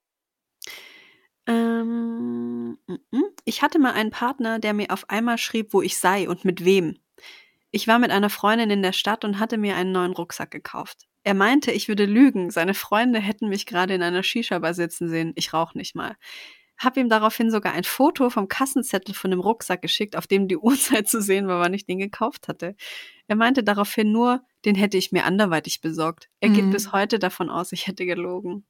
Ich hatte mal einen Partner, der mir auf einmal schrieb, wo ich sei und mit wem. Ich war mit einer Freundin in der Stadt und hatte mir einen neuen Rucksack gekauft. Er meinte, ich würde lügen. Seine Freunde hätten mich gerade in einer Shisha-Bar sitzen sehen. Ich rauche nicht mal. Hab ihm daraufhin sogar ein Foto vom Kassenzettel von dem Rucksack geschickt, auf dem die Uhrzeit zu sehen war, wann ich den gekauft hatte. Er meinte daraufhin nur, den hätte ich mir anderweitig besorgt. Er geht bis heute davon aus, ich hätte gelogen.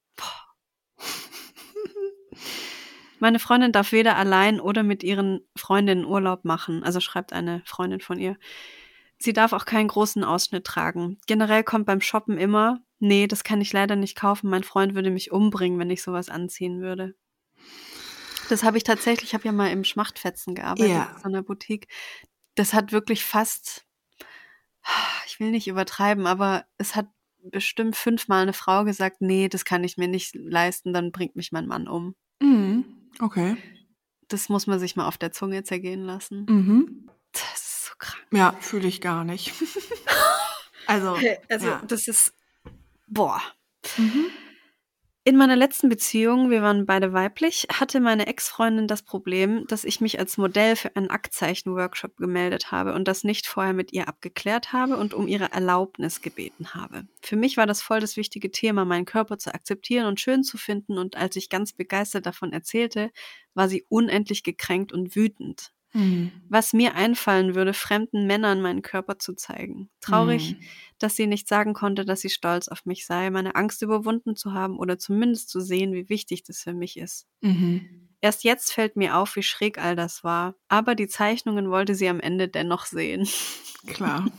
Meine Freundin darf weder allein oder mit ihren Freundinnen Urlaub machen, also schreibt eine Freundin von ihr. Sie darf auch keinen großen Ausschnitt tragen. Generell kommt beim Shoppen immer, nee, das kann ich leider nicht kaufen, mein Freund würde mich umbringen, wenn ich sowas anziehen würde. Das habe ich tatsächlich, ich habe ja mal im Schmachtfetzen gearbeitet, in so einer Boutique. Das hat wirklich fast, ich will nicht übertreiben, aber es hat bestimmt 5-mal eine Frau gesagt, nee, das kann ich mir nicht leisten, dann bringt mich mein Mann um. Okay. Das muss man sich mal auf der Zunge zergehen lassen. Das ist so krank. Ja, fühle ich gar nicht. Also, ja. Das ist, boah. In meiner letzten Beziehung, wir waren beide weiblich, hatte meine Ex-Freundin das Problem, dass ich mich als Modell für einen Aktzeichen-Workshop gemeldet habe und das nicht vorher mit ihr abgeklärt habe und um ihre Erlaubnis gebeten habe. Für mich war das voll das wichtige Thema, meinen Körper zu akzeptieren und schön zu finden, und als ich ganz begeistert davon erzählte, war sie unendlich gekränkt und wütend. Was mir einfallen würde, fremden Männern meinen Körper zu zeigen. Traurig, dass sie nicht sagen konnte, dass sie stolz auf mich sei, meine Angst überwunden zu haben oder zumindest zu sehen, wie wichtig das für mich ist. Erst jetzt fällt mir auf, wie schräg all das war. Aber die Zeichnungen wollte sie am Ende dennoch sehen. Klar.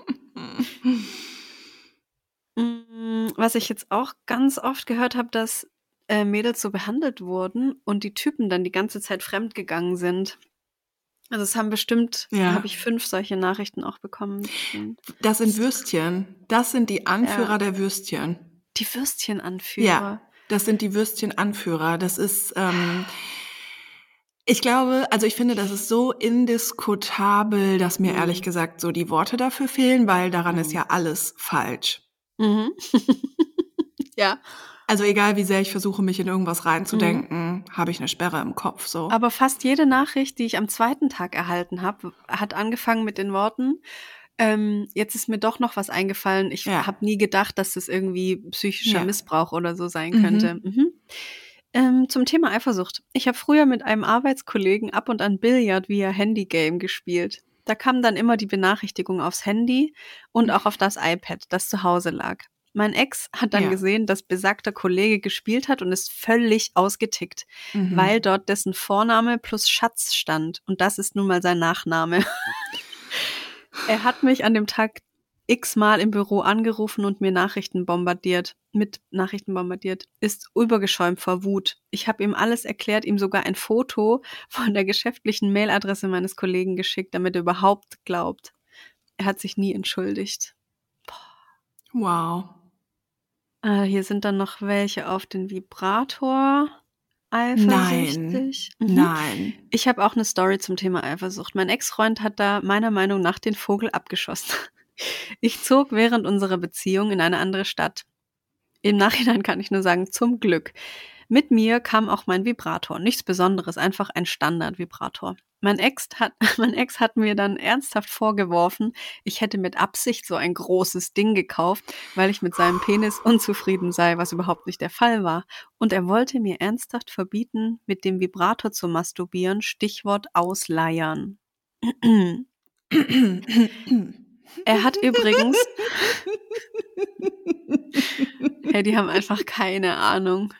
Was ich jetzt auch ganz oft gehört habe, dass Mädels so behandelt wurden und die Typen dann die ganze Zeit fremdgegangen sind. Also es haben bestimmt, habe ich 5 solche Nachrichten auch bekommen. Das sind Würstchen. Das sind die Anführer der Würstchen. Die Würstchenanführer? Ja, das sind die Würstchenanführer. Das ist, ich glaube, also ich finde, das ist so indiskutabel, dass mir ehrlich gesagt so die Worte dafür fehlen, weil daran ist ja alles falsch. Ja. Also egal, wie sehr ich versuche, mich in irgendwas reinzudenken, habe ich eine Sperre im Kopf. So. Aber fast jede Nachricht, die ich am 2. Tag erhalten habe, hat angefangen mit den Worten, jetzt ist mir doch noch was eingefallen. Ich habe nie gedacht, dass das irgendwie psychischer Missbrauch oder so sein könnte. Zum Thema Eifersucht. Ich habe früher mit einem Arbeitskollegen ab und an Billard via Handygame gespielt. Da kam dann immer die Benachrichtigung aufs Handy und auch auf das iPad, das zu Hause lag. Mein Ex hat dann gesehen, dass besagter Kollege gespielt hat und ist völlig ausgetickt, weil dort dessen Vorname plus Schatz stand. Und das ist nun mal sein Nachname. Er hat mich an dem Tag x-mal im Büro angerufen und mir mit Nachrichten bombardiert, ist übergeschäumt vor Wut. Ich habe ihm alles erklärt, ihm sogar ein Foto von der geschäftlichen Mailadresse meines Kollegen geschickt, damit er überhaupt glaubt. Er hat sich nie entschuldigt. Wow. Hier sind dann noch welche auf den Vibrator. Eifersüchtig. Nein. Ich habe auch eine Story zum Thema Eifersucht. Mein Ex-Freund hat da meiner Meinung nach den Vogel abgeschossen. Ich zog während unserer Beziehung in eine andere Stadt. Im Nachhinein kann ich nur sagen, zum Glück. Mit mir kam auch mein Vibrator. Nichts Besonderes, einfach ein Standard-Vibrator. Mein Ex hat mir dann ernsthaft vorgeworfen, ich hätte mit Absicht so ein großes Ding gekauft, weil ich mit seinem Penis unzufrieden sei, was überhaupt nicht der Fall war. Und er wollte mir ernsthaft verbieten, mit dem Vibrator zu masturbieren, Stichwort ausleiern. Er hat übrigens... Hey, die haben einfach keine Ahnung.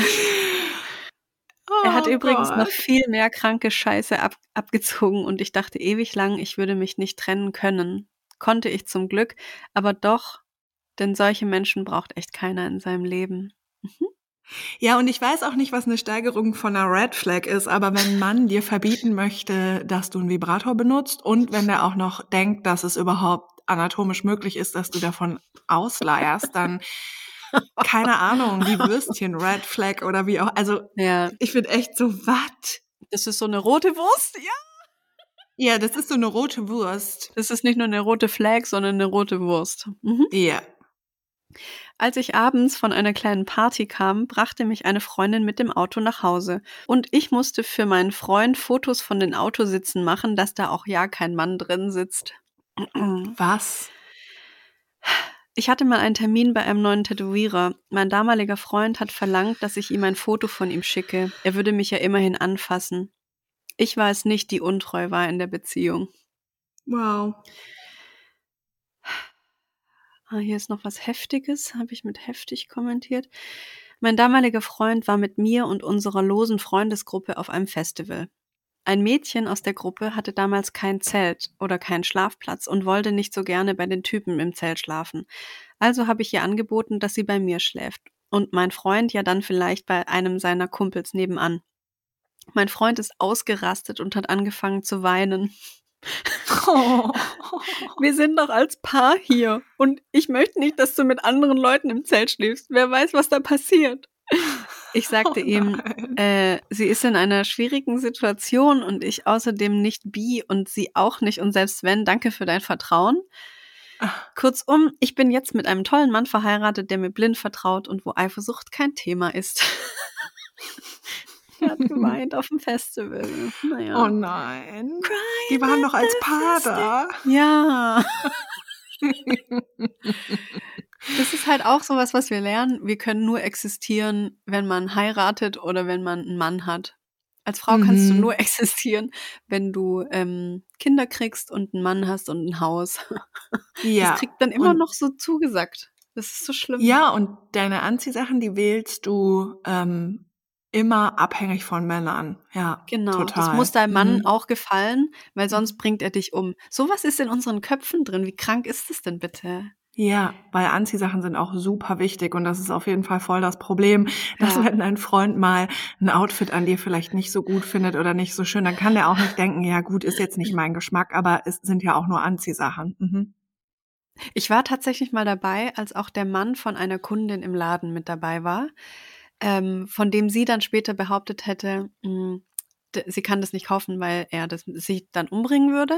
Er hat übrigens noch viel mehr kranke Scheiße abgezogen und ich dachte ewig lang, ich würde mich nicht trennen können. Konnte ich zum Glück, aber doch, denn solche Menschen braucht echt keiner in seinem Leben. Ja, und ich weiß auch nicht, was eine Steigerung von einer Red Flag ist, aber wenn ein Mann dir verbieten möchte, dass du einen Vibrator benutzt und wenn der auch noch denkt, dass es überhaupt anatomisch möglich ist, dass du davon ausleierst, dann keine Ahnung, die Würstchen, Red Flag oder wie auch. Also ich bin echt so, was? Das ist so eine rote Wurst, ja? Ja, das ist so eine rote Wurst. Das ist nicht nur eine rote Flag, sondern eine rote Wurst. Ja. Als ich abends von einer kleinen Party kam, brachte mich eine Freundin mit dem Auto nach Hause. Und ich musste für meinen Freund Fotos von den Autositzen machen, dass da auch ja kein Mann drin sitzt. Was? Ich hatte mal einen Termin bei einem neuen Tätowierer. Mein damaliger Freund hat verlangt, dass ich ihm ein Foto von ihm schicke. Er würde mich ja immerhin anfassen. Ich war es nicht, die untreu war in der Beziehung. Wow. Hier ist noch was Heftiges, habe ich mit heftig kommentiert. Mein damaliger Freund war mit mir und unserer losen Freundesgruppe auf einem Festival. Ein Mädchen aus der Gruppe hatte damals kein Zelt oder keinen Schlafplatz und wollte nicht so gerne bei den Typen im Zelt schlafen. Also habe ich ihr angeboten, dass sie bei mir schläft. Und mein Freund ja dann vielleicht bei einem seiner Kumpels nebenan. Mein Freund ist ausgerastet und hat angefangen zu weinen. Oh. Wir sind doch als Paar hier und ich möchte nicht, dass du mit anderen Leuten im Zelt schläfst. Wer weiß, was da passiert. Ich sagte ihm, sie ist in einer schwierigen Situation und ich außerdem nicht bi und sie auch nicht und selbst wenn, danke für dein Vertrauen. Kurzum, ich bin jetzt mit einem tollen Mann verheiratet, der mir blind vertraut und wo Eifersucht kein Thema ist. Er hat geweint auf dem Festival. Naja. Oh nein. Die waren doch als Paar da. Ja. Das ist halt auch sowas, was wir lernen. Wir können nur existieren, wenn man heiratet oder wenn man einen Mann hat. Als Frau kannst du nur existieren, wenn du Kinder kriegst und einen Mann hast und ein Haus. Ja. Das kriegt dann immer noch so zugesagt. Das ist so schlimm. Ja, und deine Anziehsachen, die wählst du immer abhängig von Männern. Ja, Genau, das muss total. deinem Mann auch gefallen, weil sonst bringt er dich um. Sowas ist in unseren Köpfen drin. Wie krank ist es denn bitte? Ja, weil Anziehsachen sind auch super wichtig und das ist auf jeden Fall voll das Problem, dass Ja. wenn dein Freund mal ein Outfit an dir vielleicht nicht so gut findet oder nicht so schön, dann kann der auch nicht denken, ja gut, ist jetzt nicht mein Geschmack, aber es sind ja auch nur Anziehsachen. Mhm. Ich war tatsächlich mal dabei, als auch der Mann von einer Kundin im Laden mit dabei war, von dem sie dann später behauptet hätte, sie kann das nicht kaufen, weil er sie dann umbringen würde.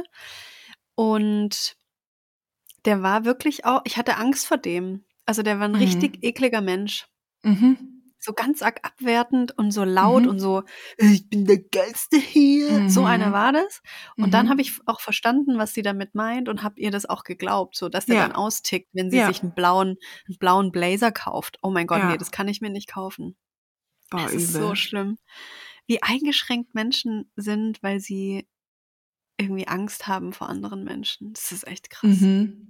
Und der war wirklich auch, ich hatte Angst vor dem. Also der war ein richtig Mhm. ekliger Mensch. Mhm. So ganz arg abwertend und so laut und Mhm. so, ich bin der Geilste hier. So einer Mhm. war das. Und dann habe Mhm. ich auch verstanden, was sie damit meint und habe ihr das auch geglaubt, so dass der dann Ja, austickt, wenn sie ja, sich einen blauen Blazer kauft. Oh mein Gott, nee, das ja. kann ich mir nicht kaufen. Boah, Es ist so übel. schlimm, wie eingeschränkt Menschen sind, weil sie irgendwie Angst haben vor anderen Menschen. Das ist echt krass. Mhm.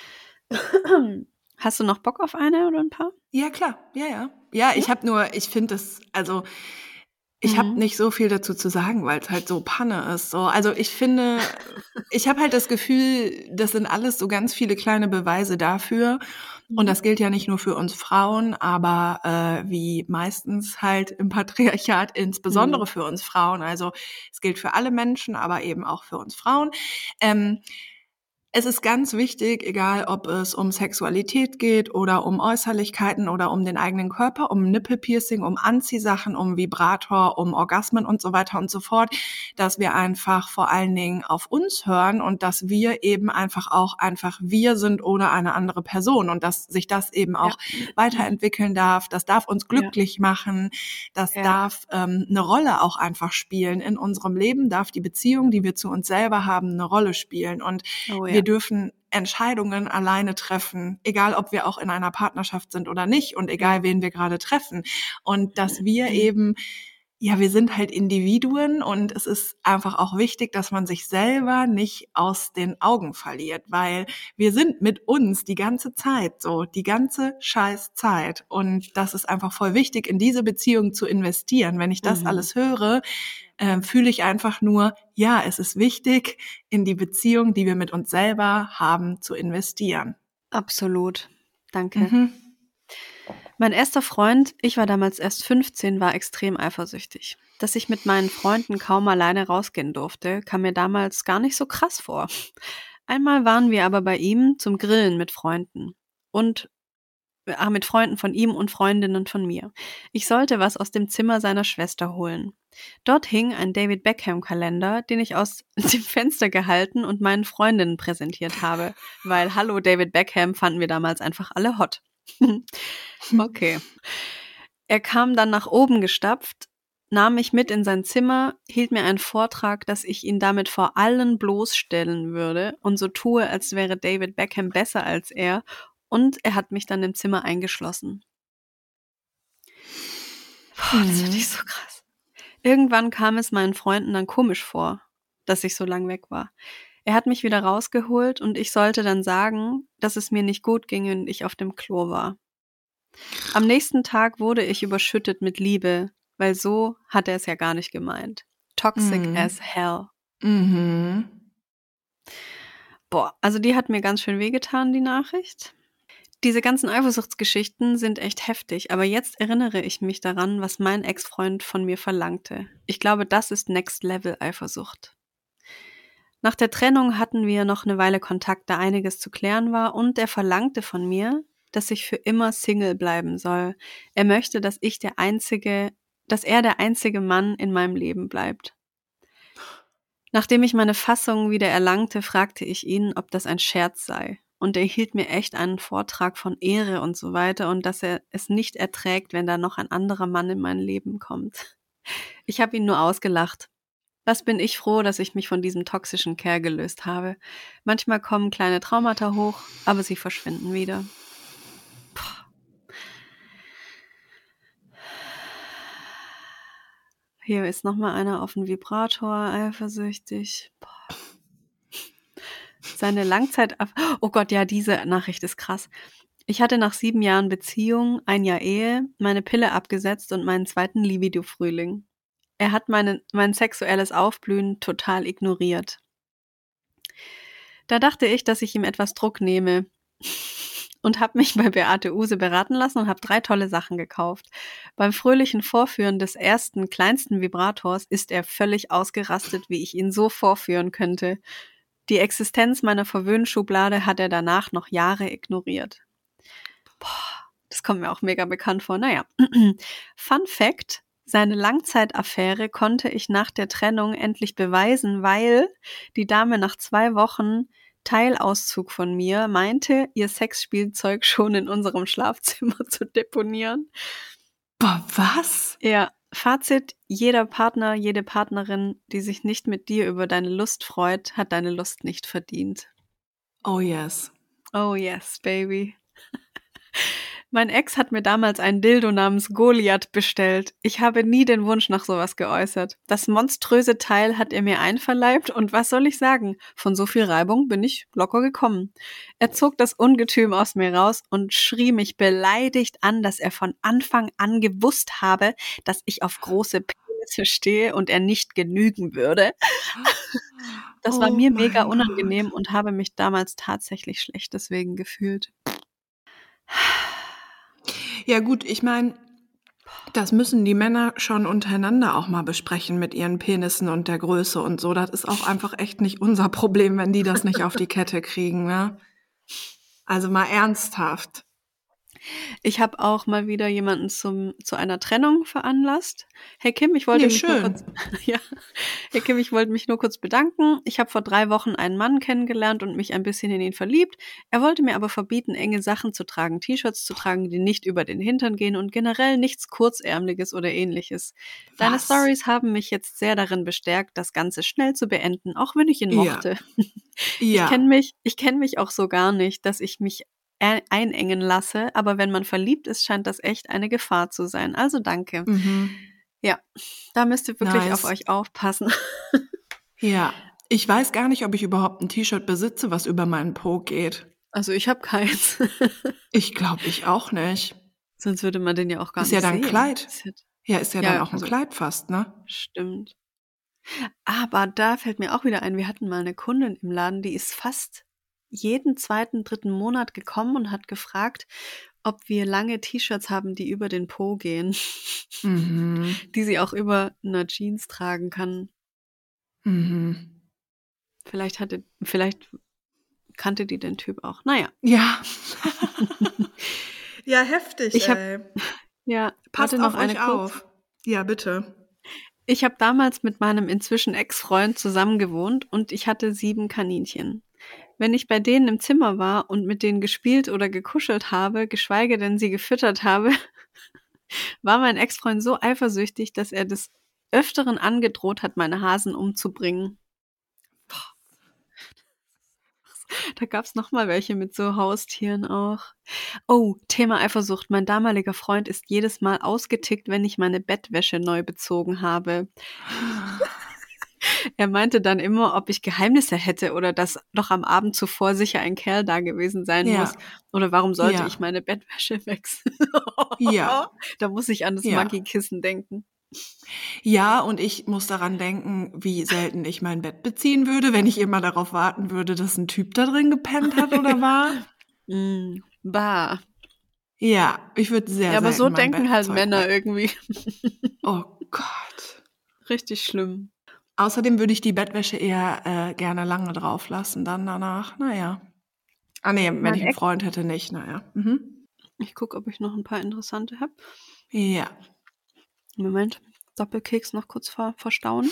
Hast du noch Bock auf eine oder ein paar? Ja, klar. Ja, ja. Ja, Ja? ich finde es, also ich habe Mhm. nicht so viel dazu zu sagen, weil es halt so Panne ist. So. Also ich finde, ich habe halt das Gefühl, das sind alles so ganz viele kleine Beweise dafür. Und Mhm. das gilt ja nicht nur für uns Frauen, aber wie meistens halt im Patriarchat, insbesondere Mhm. für uns Frauen. Also es gilt für alle Menschen, aber eben auch für uns Frauen. Ähm, Es ist ganz wichtig, egal ob es um Sexualität geht oder um Äußerlichkeiten oder um den eigenen Körper, um Nippelpiercing, um Anziehsachen, um Vibrator, um Orgasmen und so weiter und so fort, dass wir einfach vor allen Dingen auf uns hören und dass wir eben einfach wir sind ohne eine andere Person und dass sich das eben Ja. auch weiterentwickeln darf. Das darf uns Ja. glücklich machen. Das Ja. darf eine Rolle auch einfach spielen. In unserem Leben darf die Beziehung, die wir zu uns selber haben, eine Rolle spielen. Und Oh wir ja. dürfen Entscheidungen alleine treffen, egal ob wir auch in einer Partnerschaft sind oder nicht und Ja. egal wen wir gerade treffen. Und dass wir eben, ja, wir sind halt Individuen und es ist einfach auch wichtig, dass man sich selber nicht aus den Augen verliert, weil wir sind mit uns die ganze Zeit so, die ganze scheiß Zeit. Und das ist einfach voll wichtig, in diese Beziehung zu investieren. Wenn ich das Mhm. alles höre, fühle ich einfach nur, ja, es ist wichtig, in die Beziehung, die wir mit uns selber haben, zu investieren. Absolut. Danke. Mhm. Mein erster Freund, ich war damals erst 15, war extrem eifersüchtig. Dass ich mit meinen Freunden kaum alleine rausgehen durfte, kam mir damals gar nicht so krass vor. Einmal waren wir aber bei ihm zum Grillen mit Freunden. Und mit Freunden von ihm und Freundinnen von mir. Ich sollte was aus dem Zimmer seiner Schwester holen. Dort hing ein David Beckham-Kalender, den ich aus dem Fenster gehalten und meinen Freundinnen präsentiert habe, weil Hallo David Beckham fanden wir damals einfach alle hot. Okay. Er kam dann nach oben gestapft, nahm mich mit in sein Zimmer, hielt mir einen Vortrag, dass ich ihn damit vor allen bloßstellen würde und so tue, als wäre David Beckham besser als er, und er hat mich dann im Zimmer eingeschlossen. Boah, das fand ich Mhm. so krass. Irgendwann kam es meinen Freunden dann komisch vor, dass ich so lang weg war. Er hat mich wieder rausgeholt und ich sollte dann sagen, dass es mir nicht gut ging und ich auf dem Klo war. Am nächsten Tag wurde ich überschüttet mit Liebe, weil so hat er es ja gar nicht gemeint. Toxic Mhm. as hell. Mhm. Boah, also die hat mir ganz schön wehgetan, die Nachricht. Diese ganzen Eifersuchtsgeschichten sind echt heftig, aber jetzt erinnere ich mich daran, was mein Ex-Freund von mir verlangte. Ich glaube, das ist Next Level Eifersucht. Nach der Trennung hatten wir noch eine Weile Kontakt, da einiges zu klären war, und er verlangte von mir, dass ich für immer Single bleiben soll. Er möchte, dass er der einzige Mann in meinem Leben bleibt. Nachdem ich meine Fassung wieder erlangte, fragte ich ihn, ob das ein Scherz sei. Und er hielt mir echt einen Vortrag von Ehre und so weiter und dass er es nicht erträgt, wenn da noch ein anderer Mann in mein Leben kommt. Ich habe ihn nur ausgelacht. Was bin ich froh, dass ich mich von diesem toxischen Kerl gelöst habe. Manchmal kommen kleine Traumata hoch, aber sie verschwinden wieder. Puh. Hier ist nochmal einer auf den Vibrator, eifersüchtig. Boah. Seine Langzeit... Oh Gott, ja, diese Nachricht ist krass. Ich hatte nach 7 Jahren Beziehung, 1 Jahr Ehe, meine Pille abgesetzt und meinen zweiten Libido-Frühling. Er hat mein sexuelles Aufblühen total ignoriert. Da dachte ich, dass ich ihm etwas Druck nehme und habe mich bei Beate Uhse beraten lassen und habe 3 tolle Sachen gekauft. Beim fröhlichen Vorführen des ersten, kleinsten Vibrators ist er völlig ausgerastet, wie ich ihn so vorführen könnte. Die Existenz meiner Verwöhnschublade hat er danach noch Jahre ignoriert. Boah, das kommt mir auch mega bekannt vor. Naja, Fun Fact: Seine Langzeitaffäre konnte ich nach der Trennung endlich beweisen, weil die Dame nach 2 Wochen Teilauszug von mir meinte, ihr Sexspielzeug schon in unserem Schlafzimmer zu deponieren. Boah, was? Ja, Fazit: Jeder Partner, jede Partnerin, die sich nicht mit dir über deine Lust freut, hat deine Lust nicht verdient. Oh yes. Oh yes, baby. Mein Ex hat mir damals ein Dildo namens Goliath bestellt. Ich habe nie den Wunsch nach sowas geäußert. Das monströse Teil hat er mir einverleibt und was soll ich sagen? Von so viel Reibung bin ich locker gekommen. Er zog das Ungetüm aus mir raus und schrie mich beleidigt an, dass er von Anfang an gewusst habe, dass ich auf große Penisse stehe und er nicht genügen würde. Das war Oh mir mega mein unangenehm Gott. und habe mich damals tatsächlich schlecht deswegen gefühlt. Ja gut, ich meine, das müssen die Männer schon untereinander auch mal besprechen mit ihren Penissen und der Größe und so. Das ist auch einfach echt nicht unser Problem, wenn die das nicht auf die Kette kriegen, ne? Also mal ernsthaft. Ich habe auch mal wieder jemanden zu einer Trennung veranlasst. Hey Kim, ich wollte Nee, mich nur schön. kurz, ja, hey Kim, ich wollte mich nur kurz bedanken. Ich habe vor 3 Wochen einen Mann kennengelernt und mich ein bisschen in ihn verliebt. Er wollte mir aber verbieten, enge Sachen zu tragen, T-Shirts zu tragen, die nicht über den Hintern gehen und generell nichts Kurzärmliches oder ähnliches. Deine Was? Stories haben mich jetzt sehr darin bestärkt, das Ganze schnell zu beenden, auch wenn ich ihn Ja. mochte. Ja. Ich kenn mich auch so gar nicht, dass ich mich einengen lasse, aber wenn man verliebt ist, scheint das echt eine Gefahr zu sein. Also danke. Mhm. Ja, da müsst ihr wirklich auf Nice. euch aufpassen. Ja. Ich weiß gar nicht, ob ich überhaupt ein T-Shirt besitze, was über meinen Po geht. Also ich habe keins. Ich glaube, ich auch nicht. Sonst würde man den ja auch gar Ist ja nicht dann sehen. Kleid. Ja, ist ja dann Ja, auch ein also Kleid fast, ne? stimmt. Aber da fällt mir auch wieder ein, wir hatten mal eine Kundin im Laden, die ist fast jeden 2., 3. Monat gekommen und hat gefragt, ob wir lange T-Shirts haben, die über den Po gehen, Mhm. die sie auch über einer Jeans tragen kann. Mhm. Vielleicht kannte die den Typ auch. Naja. Ja. Ja, heftig, Ich habe, ey. ja, warte Passt noch auf eine euch kurz. auf. Ja, bitte. Ich habe damals mit meinem inzwischen Ex-Freund zusammengewohnt und ich hatte 7 Kaninchen. Wenn ich bei denen im Zimmer war und mit denen gespielt oder gekuschelt habe, geschweige denn sie gefüttert habe, war mein Ex-Freund so eifersüchtig, dass er des Öfteren angedroht hat, meine Hasen umzubringen. Da gab's noch mal welche mit so Haustieren auch. Oh, Thema Eifersucht. Mein damaliger Freund ist jedes Mal ausgetickt, wenn ich meine Bettwäsche neu bezogen habe. Er meinte dann immer, ob ich Geheimnisse hätte oder dass doch am Abend zuvor sicher ein Kerl da gewesen sein muss. Ja. Oder warum sollte Ja. ich meine Bettwäsche wechseln? Ja. Da muss ich an das Ja. Maggi-Kissen denken. Ja, und ich muss daran denken, wie selten ich mein Bett beziehen würde, wenn ich immer darauf warten würde, dass ein Typ da drin gepennt hat oder war. Bah. Ja, ich würde sehr Ja, aber so selten mein denken halt Bettzeug Männer weg. irgendwie. Oh Gott. Richtig schlimm. Außerdem würde ich die Bettwäsche eher gerne lange drauf lassen, dann danach. Naja. Ah nee, wenn Mein ich einen Ex, Freund hätte, nicht. Naja. Mhm. ich gucke, ob ich noch ein paar interessante habe. Ja. Moment, Doppelkeks noch kurz verstauen.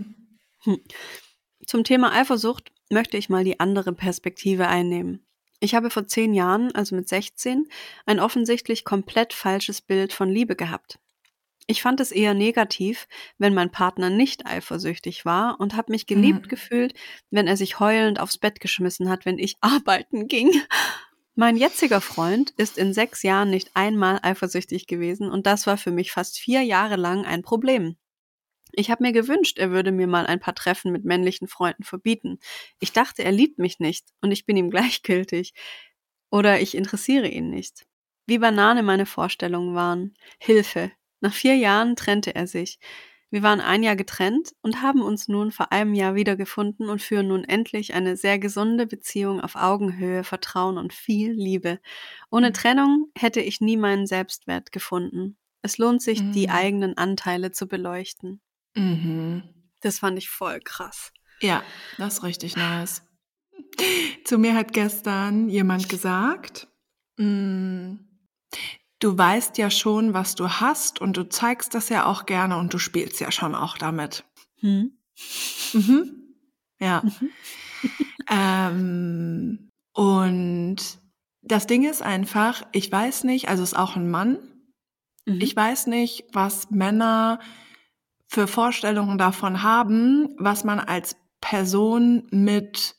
Zum Thema Eifersucht möchte ich mal die andere Perspektive einnehmen. Ich habe vor 10 Jahren, also mit 16, ein offensichtlich komplett falsches Bild von Liebe gehabt. Ich fand es eher negativ, wenn mein Partner nicht eifersüchtig war und habe mich geliebt Mhm. gefühlt, wenn er sich heulend aufs Bett geschmissen hat, wenn ich arbeiten ging. Mein jetziger Freund ist in 6 Jahren nicht einmal eifersüchtig gewesen und das war für mich fast 4 Jahre lang ein Problem. Ich habe mir gewünscht, er würde mir mal ein paar Treffen mit männlichen Freunden verbieten. Ich dachte, er liebt mich nicht und ich bin ihm gleichgültig. Oder ich interessiere ihn nicht. Wie Banane meine Vorstellungen waren. Hilfe. Nach 4 Jahren trennte er sich. Wir waren 1 Jahr getrennt und haben uns nun vor einem Jahr wiedergefunden und führen nun endlich eine sehr gesunde Beziehung auf Augenhöhe, Vertrauen und viel Liebe. Ohne Trennung hätte ich nie meinen Selbstwert gefunden. Es lohnt sich, die eigenen Anteile zu beleuchten. Mhm. Das fand ich voll krass. Ja, das ist richtig nice. Zu mir hat gestern jemand gesagt, du weißt ja schon, was du hast und du zeigst das ja auch gerne und du spielst ja schon auch damit. Ja. Und das Ding ist einfach, ich weiß nicht, also ist auch ein Mann, ich weiß nicht, was Männer für Vorstellungen davon haben, was man als Person mit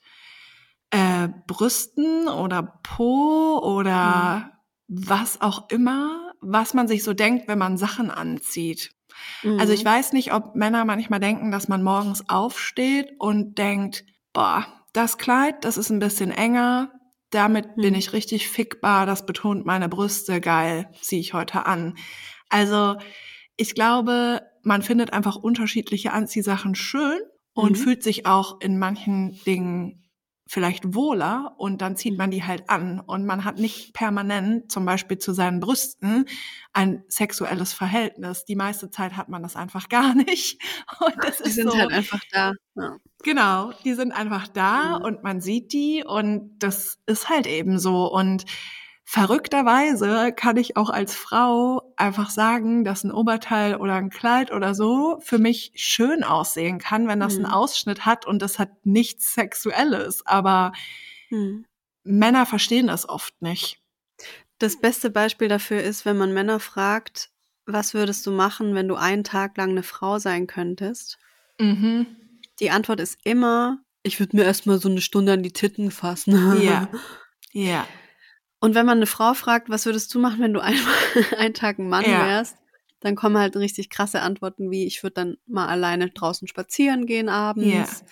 Brüsten oder Po oder was auch immer, was man sich so denkt, wenn man Sachen anzieht. Also ich weiß nicht, ob Männer manchmal denken, dass man morgens aufsteht und denkt, boah, das Kleid, das ist ein bisschen enger, damit bin ich richtig fickbar, das betont meine Brüste, geil, ziehe ich heute an. Also ich glaube, man findet einfach unterschiedliche Anziehsachen schön und fühlt sich auch in manchen Dingen vielleicht wohler und dann zieht man die halt an und man hat nicht permanent zum Beispiel zu seinen Brüsten ein sexuelles Verhältnis. Die meiste Zeit hat man das einfach gar nicht und das Die ist sind so, halt einfach da. Ja. genau, die sind einfach da und man sieht die und das ist halt eben so und verrückterweise kann ich auch als Frau einfach sagen, dass ein Oberteil oder ein Kleid oder so für mich schön aussehen kann, wenn das einen Ausschnitt hat und das hat nichts Sexuelles. Aber Männer verstehen das oft nicht. Das beste Beispiel dafür ist, wenn man Männer fragt, was würdest du machen, wenn du einen Tag lang eine Frau sein könntest? Die Antwort ist immer, ich würde mir erstmal so 1 Stunde an die Titten fassen. Ja, ja, Und wenn man eine Frau fragt, was würdest du machen, wenn du einen Tag ein Mann ja. wärst, dann kommen halt richtig krasse Antworten wie, ich würde dann mal alleine draußen spazieren gehen Ja. abends.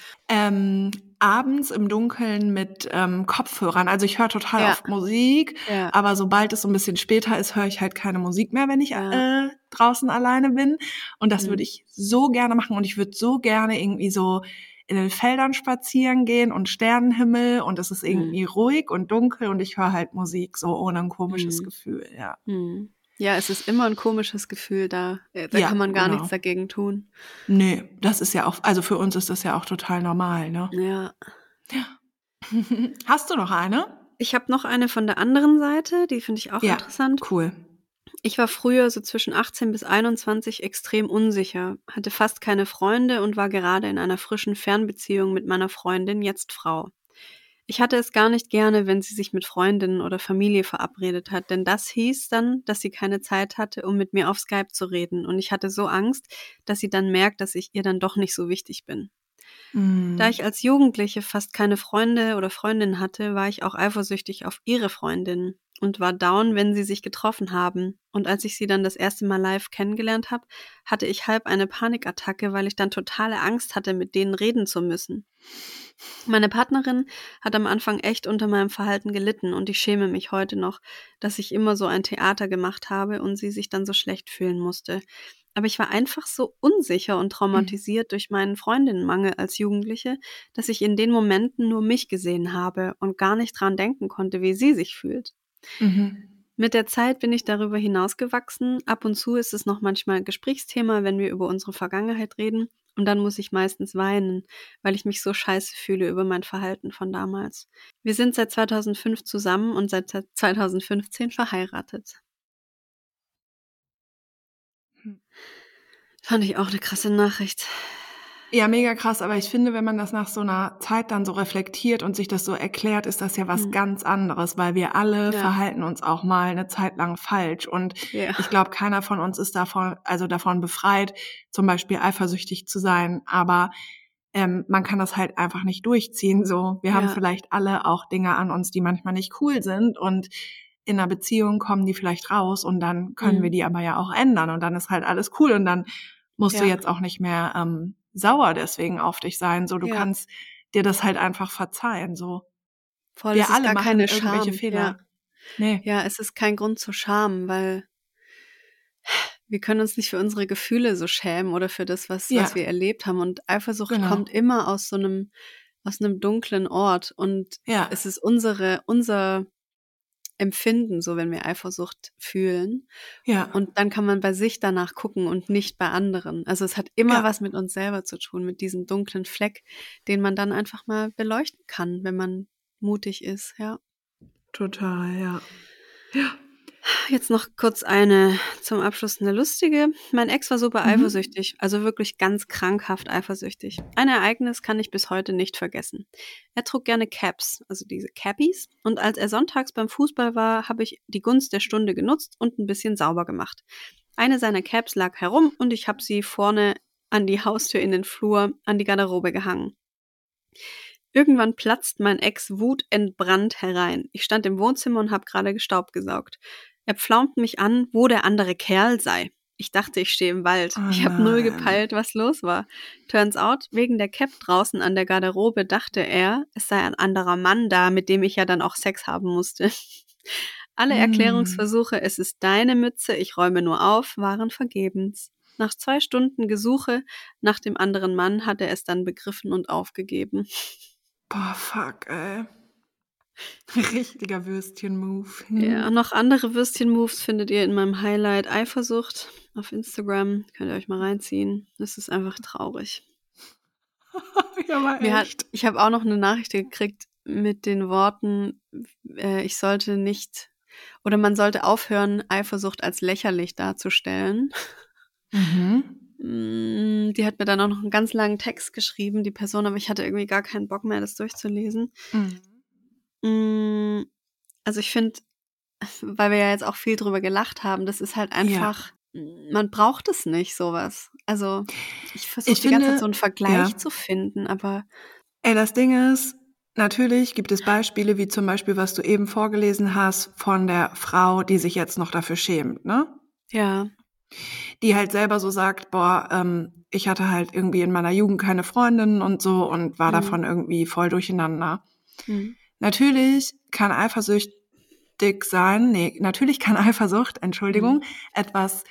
Abends im Dunkeln mit Kopfhörern. Also ich höre total Ja. oft Musik, Ja. aber sobald es so ein bisschen später ist, höre ich halt keine Musik mehr, wenn ich Ja. draußen alleine bin. Und das würde ich so gerne machen. Und ich würde so gerne irgendwie so in den Feldern spazieren gehen und Sternenhimmel und es ist irgendwie ruhig und dunkel und ich höre halt Musik so ohne ein komisches Gefühl, ja. Ja, es ist immer ein komisches Gefühl da. Da Ja, kann man gar genau. nichts dagegen tun. Nee, das ist ja auch, also für uns ist das ja auch total normal, ne? Ja. Hast du noch eine? Ich habe noch eine von der anderen Seite, die finde ich auch Ja, interessant. cool. Ich war früher so zwischen 18 bis 21 extrem unsicher, hatte fast keine Freunde und war gerade in einer frischen Fernbeziehung mit meiner Freundin, jetzt Frau. Ich hatte es gar nicht gerne, wenn sie sich mit Freundinnen oder Familie verabredet hat, denn das hieß dann, dass sie keine Zeit hatte, um mit mir auf Skype zu reden, und ich hatte so Angst, dass sie dann merkt, dass ich ihr dann doch nicht so wichtig bin. Da ich als Jugendliche fast keine Freunde oder Freundinnen hatte, war ich auch eifersüchtig auf ihre Freundinnen und war down, wenn sie sich getroffen haben. Und als ich sie dann das erste Mal live kennengelernt habe, hatte ich halb eine Panikattacke, weil ich dann totale Angst hatte, mit denen reden zu müssen. Meine Partnerin hat am Anfang echt unter meinem Verhalten gelitten und ich schäme mich heute noch, dass ich immer so ein Theater gemacht habe und sie sich dann so schlecht fühlen musste. Aber ich war einfach so unsicher und traumatisiert durch meinen Freundinnenmangel als Jugendliche, dass ich in den Momenten nur mich gesehen habe und gar nicht dran denken konnte, wie sie sich fühlt. Mit der Zeit bin ich darüber hinausgewachsen. Ab und zu ist es noch manchmal ein Gesprächsthema, wenn wir über unsere Vergangenheit reden. Und dann muss ich meistens weinen, weil ich mich so scheiße fühle über mein Verhalten von damals. Wir sind seit 2005 zusammen und seit 2015 verheiratet. Fand ich auch eine krasse Nachricht. Ja, mega krass, aber ich finde, wenn man das nach so einer Zeit dann so reflektiert und sich das so erklärt, ist das ja was ganz anderes, weil wir alle verhalten uns auch mal eine Zeit lang falsch und ich glaube, keiner von uns ist davon befreit, zum Beispiel eifersüchtig zu sein, aber man kann das halt einfach nicht durchziehen, so. Wir haben vielleicht alle auch Dinge an uns, die manchmal nicht cool sind und in einer Beziehung kommen die vielleicht raus und dann können wir die aber ja auch ändern und dann ist halt alles cool und dann musst du jetzt auch nicht mehr sauer deswegen auf dich sein. So, du kannst dir das halt einfach verzeihen. So, Voll, wir es ist alle gar machen keine irgendwelche Scham. Fehler. Nee, Ja, es ist kein Grund zur Scham, weil wir können uns nicht für unsere Gefühle so schämen oder für das, was ja, wir erlebt haben. Und Eifersucht genau. kommt immer aus aus einem dunklen Ort. Und Ja, es ist unser Empfinden, so wenn wir Eifersucht fühlen. ja, Und dann kann man bei sich danach gucken und nicht bei anderen. Also es hat immer ja, was mit uns selber zu tun, mit diesem dunklen Fleck, den man dann einfach mal beleuchten kann, wenn man mutig ist, ja. total, ja. Ja. Jetzt noch kurz zum Abschluss eine lustige. Mein Ex war super Mhm. eifersüchtig, also wirklich ganz krankhaft eifersüchtig. Ein Ereignis kann ich bis heute nicht vergessen. Er trug gerne Caps, also diese Cappies, und als er sonntags beim Fußball war, habe ich die Gunst der Stunde genutzt und ein bisschen sauber gemacht. Eine seiner Caps lag herum und ich habe sie vorne an die Haustür in den Flur an die Garderobe gehangen. Irgendwann platzt mein Ex wutentbrannt herein. Ich stand im Wohnzimmer und habe gerade gestaubt gesaugt. Er pflaumt mich an, wo der andere Kerl sei. Ich dachte, ich stehe im Wald. Oh Ich habe null nein. gepeilt, was los war. Turns out, wegen der Cap draußen an der Garderobe dachte er, es sei ein anderer Mann da, mit dem ich ja dann auch Sex haben musste. Alle Hm. Erklärungsversuche, es ist deine Mütze, ich räume nur auf, waren vergebens. Nach 2 Stunden Gesuche nach dem anderen Mann hat er es dann begriffen und aufgegeben. Boah, fuck, ey. Richtiger Würstchen-Move. Ja, Hm. noch andere Würstchen-Moves findet ihr in meinem Highlight Eifersucht auf Instagram. Könnt ihr euch mal reinziehen. Das ist einfach traurig. Ja, aber echt. Ich habe auch noch eine Nachricht gekriegt mit den Worten, ich sollte nicht oder man sollte aufhören, Eifersucht als lächerlich darzustellen. Mhm. Die hat mir dann auch noch einen ganz langen Text geschrieben, die Person, aber ich hatte irgendwie gar keinen Bock mehr, das durchzulesen. Mhm. Mm, Also ich finde, weil wir ja jetzt auch viel drüber gelacht haben, das ist halt Ja. einfach, man braucht es nicht, sowas. Also ich versuche Ich die ganze Zeit so finde, einen Vergleich ja. zu finden, aber Ey, das Ding ist, natürlich gibt es Beispiele, wie zum Beispiel, was du eben vorgelesen hast, von der Frau, die sich jetzt noch dafür schämt, ne? ja. Die halt selber so sagt, boah, ich hatte halt irgendwie in meiner Jugend keine Freundin und so und war Mhm. davon irgendwie voll durcheinander. Mhm. Natürlich kann natürlich kann Eifersucht, Mhm. Entschuldigung, etwas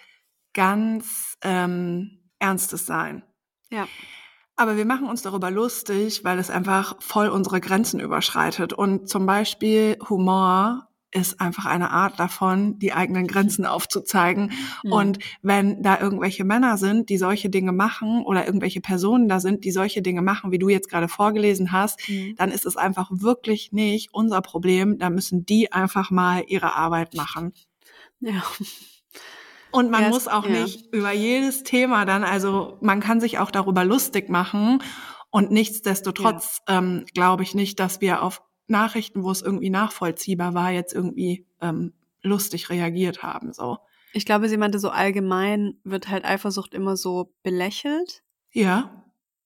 ganz Ernstes sein. Ja. Aber wir machen uns darüber lustig, weil es einfach voll unsere Grenzen überschreitet. Und zum Beispiel Humor ist einfach eine Art davon, die eigenen Grenzen aufzuzeigen. Mhm. Und wenn da irgendwelche Männer sind, die solche Dinge machen oder irgendwelche Personen da sind, die solche Dinge machen, wie du jetzt gerade vorgelesen hast, Mhm. dann ist es einfach wirklich nicht unser Problem. Da müssen die einfach mal ihre Arbeit machen. Ja. Und man Ja, muss auch ja. nicht über jedes Thema dann, also man kann sich auch darüber lustig machen. Und Ja. nichtsdestotrotz glaube ich nicht, dass wir auf Nachrichten, wo es irgendwie nachvollziehbar war, jetzt irgendwie lustig reagiert haben. So. Ich glaube, sie meinte, so allgemein wird halt Eifersucht immer so belächelt. Ja,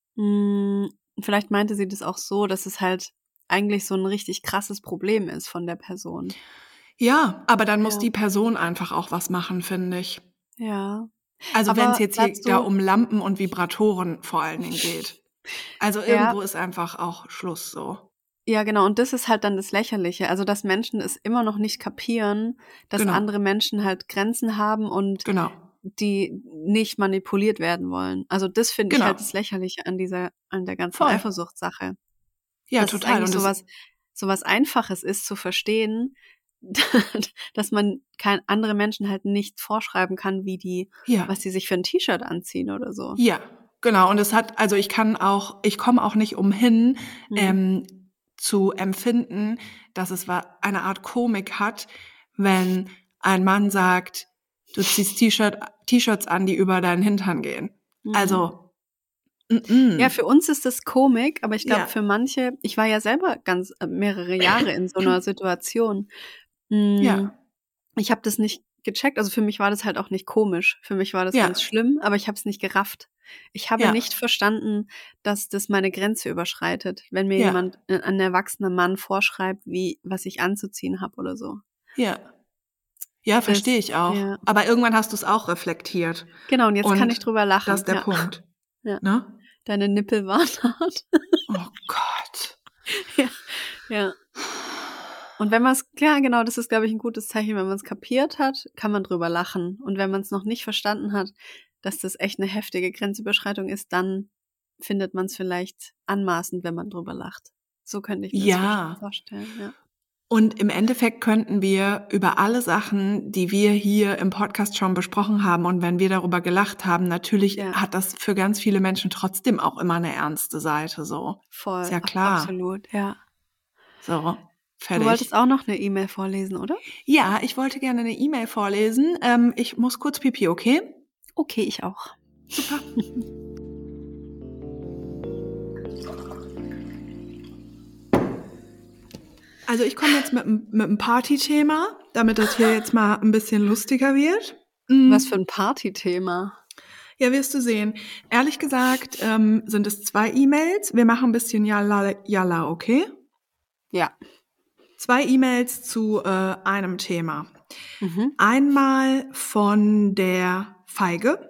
Hm, vielleicht meinte sie das auch so, dass es halt eigentlich so ein richtig krasses Problem ist von der Person. ja, aber dann muss Ja. die Person einfach auch was machen, finde ich. Ja. Also wenn es Aber jetzt hier sagst da du um Lampen und Vibratoren vor allen Dingen geht. Also ja, irgendwo ist einfach auch Schluss so. ja, genau. Und das ist halt dann das Lächerliche. Also, dass Menschen es immer noch nicht kapieren, dass Genau, andere Menschen halt Grenzen haben und genau, die nicht manipuliert werden wollen. Also, das finde ich genau. halt das Lächerliche an der ganzen Voll. Eifersuchtssache. Ja, Dass es total. eigentlich Und das, so was Einfaches ist zu verstehen, dass man andere Menschen halt nicht vorschreiben kann, ja. was sie sich für ein T-Shirt anziehen oder so. Ja, genau. Und also ich komme auch nicht umhin, Mhm. zu empfinden, dass es eine Art Komik hat, wenn ein Mann sagt, du ziehst T-Shirts an, die über deinen Hintern gehen. Mhm. Also, Ja, für uns ist das Komik, aber ich glaube, ja, für manche, ich war ja selber mehrere Jahre in so einer Situation. Hm, ja, Ich habe das nicht gecheckt. Also für mich war das halt auch nicht komisch. Für mich war das ja, ganz schlimm, aber ich habe es nicht gerafft. Ich habe ja, nicht verstanden, dass das meine Grenze überschreitet, wenn mir ja, jemand, ein erwachsener Mann vorschreibt, was ich anzuziehen habe oder so. ja. Ja, verstehe Das, ich auch. ja, Aber irgendwann hast du es auch reflektiert. genau. Und jetzt kann ich Und drüber das lachen. ist der Ja, Punkt, ja. ne? Deine Nippel waren hart. Oh Gott. Ja, ja. Und wenn man es, ja genau, das ist, glaube ich, ein gutes Zeichen. Wenn man es kapiert hat, kann man drüber lachen. Und wenn man es noch nicht verstanden hat, dass das echt eine heftige Grenzüberschreitung ist, dann findet man es vielleicht anmaßend, wenn man drüber lacht. So könnte ich mir das vorstellen, ja. Und im Endeffekt könnten wir über alle Sachen, die wir hier im Podcast schon besprochen haben und wenn wir darüber gelacht haben, natürlich hat das für ganz viele Menschen trotzdem auch immer eine ernste Seite, so. Voll, ist ja klar. Absolut, ja. So, fertig. Du wolltest auch noch eine E-Mail vorlesen, oder? Ja, ich wollte gerne eine E-Mail vorlesen. Ich muss kurz pipi, okay? Okay, ich auch. Super. Also ich komme jetzt mit einem Party-Thema, damit das hier jetzt mal ein bisschen lustiger wird. Was für ein Party-Thema? Ja, wirst du sehen. Ehrlich gesagt sind es 2 E-Mails. Wir machen ein bisschen Jalla, okay? Ja. 2 E-Mails zu einem Thema. Einmal von der Feige.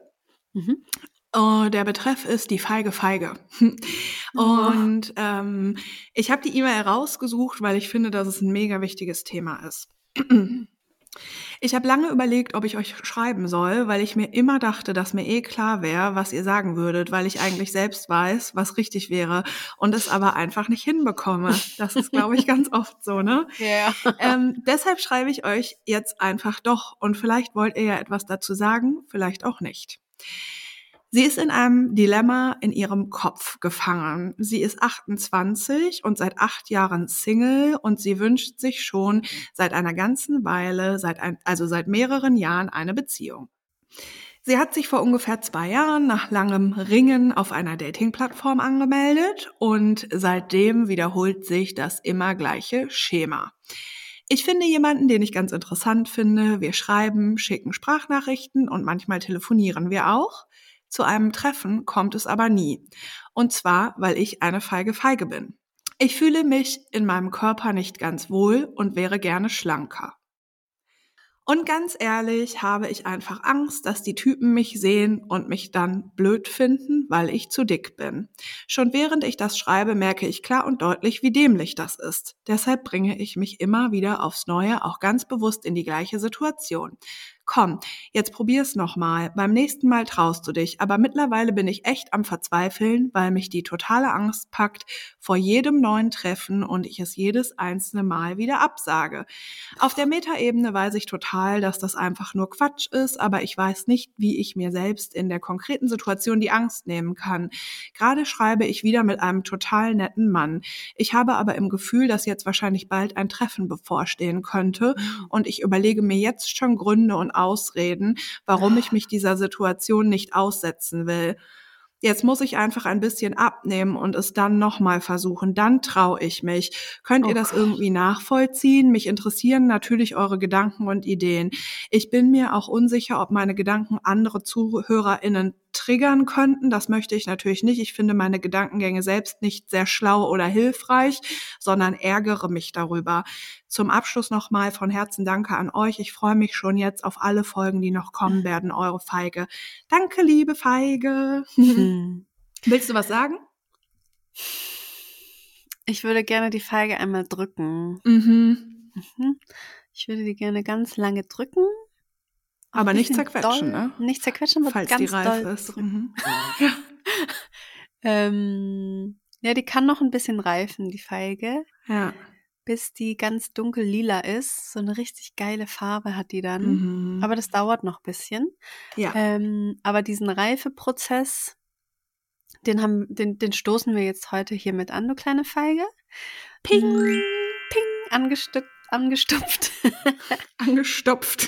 Der Betreff ist die Feige. Und ich habe die E-Mail rausgesucht, weil ich finde, dass es ein mega wichtiges Thema ist. Ich habe lange überlegt, ob ich euch schreiben soll, weil ich mir immer dachte, dass mir klar wäre, was ihr sagen würdet, weil ich eigentlich selbst weiß, was richtig wäre und es aber einfach nicht hinbekomme. Das ist, glaube ich, ganz oft so, ne? Ja. Deshalb schreibe ich euch jetzt einfach doch und vielleicht wollt ihr ja etwas dazu sagen, vielleicht auch nicht. Sie ist in einem Dilemma in ihrem Kopf gefangen. Sie ist 28 und seit 8 Jahren Single und sie wünscht sich schon seit einer ganzen Weile, seit mehreren Jahren eine Beziehung. Sie hat sich vor ungefähr 2 Jahren nach langem Ringen auf einer Dating-Plattform angemeldet und seitdem wiederholt sich das immer gleiche Schema. Ich finde jemanden, den ich ganz interessant finde. Wir schreiben, schicken Sprachnachrichten und manchmal telefonieren wir auch. Zu einem Treffen kommt es aber nie. Und zwar, weil ich eine Feige bin. Ich fühle mich in meinem Körper nicht ganz wohl und wäre gerne schlanker. Und ganz ehrlich habe ich einfach Angst, dass die Typen mich sehen und mich dann blöd finden, weil ich zu dick bin. Schon während ich das schreibe, merke ich klar und deutlich, wie dämlich das ist. Deshalb bringe ich mich immer wieder aufs Neue auch ganz bewusst in die gleiche Situation. Komm, jetzt probier's nochmal. Beim nächsten Mal traust du dich. Aber mittlerweile bin ich echt am Verzweifeln, weil mich die totale Angst packt vor jedem neuen Treffen und ich es jedes einzelne Mal wieder absage. Auf der Metaebene weiß ich total, dass das einfach nur Quatsch ist, aber ich weiß nicht, wie ich mir selbst in der konkreten Situation die Angst nehmen kann. Gerade schreibe ich wieder mit einem total netten Mann. Ich habe aber im Gefühl, dass jetzt wahrscheinlich bald ein Treffen bevorstehen könnte und ich überlege mir jetzt schon Gründe und Ausreden, warum ich mich dieser Situation nicht aussetzen will. Jetzt muss ich einfach ein bisschen abnehmen und es dann nochmal versuchen. Dann traue ich mich. Könnt ihr das irgendwie nachvollziehen? Mich interessieren natürlich eure Gedanken und Ideen. Ich bin mir auch unsicher, ob meine Gedanken andere ZuhörerInnen triggern könnten. Das möchte ich natürlich nicht. Ich finde meine Gedankengänge selbst nicht sehr schlau oder hilfreich, sondern ärgere mich darüber. Zum Abschluss nochmal von Herzen Danke an euch. Ich freue mich schon jetzt auf alle Folgen, die noch kommen werden, eure Feige. Danke, liebe Feige. Willst du was sagen? Ich würde gerne die Feige einmal drücken. Ich würde die gerne ganz lange drücken. Aber nicht zerquetschen, ne? Nicht zerquetschen, aber falls ganz die reif doll ist. drücken. Ja, die kann noch ein bisschen reifen, die Feige. Ja. Bis die ganz dunkel lila ist. So eine richtig geile Farbe hat die dann. Aber das dauert noch ein bisschen. Ja. Aber diesen Reifeprozess, den stoßen wir jetzt heute hier mit an, du kleine Feige. Ping, ping, angestupft. Angestopft.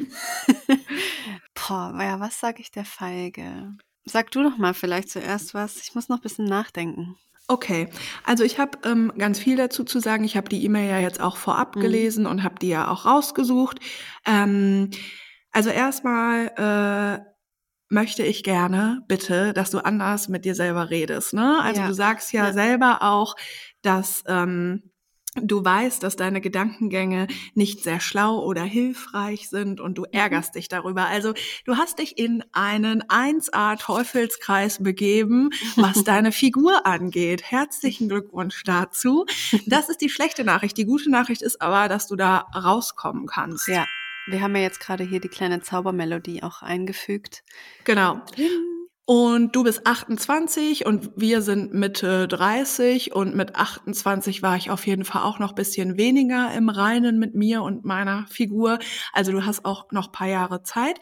Boah, ja, was sage ich der Feige? Sag du doch mal vielleicht zuerst was. Ich muss noch ein bisschen nachdenken. Okay, also ich habe ganz viel dazu zu sagen. Ich habe die E-Mail ja jetzt auch vorab gelesen und habe die ja auch rausgesucht. Also erstmal möchte ich gerne bitte, dass du anders mit dir selber redest. Ne? Also du sagst ja selber auch, dass du weißt, dass deine Gedankengänge nicht sehr schlau oder hilfreich sind und du ärgerst dich darüber. Also du hast dich in einen 1A-Teufelskreis begeben, was deine Figur angeht. Herzlichen Glückwunsch dazu. Das ist die schlechte Nachricht. Die gute Nachricht ist aber, dass du da rauskommen kannst. Ja, wir haben ja jetzt gerade hier die kleine Zaubermelodie auch eingefügt. Genau. Und du bist 28 und wir sind Mitte 30 und mit 28 war ich auf jeden Fall auch noch ein bisschen weniger im Reinen mit mir und meiner Figur. Also du hast auch noch ein paar Jahre Zeit.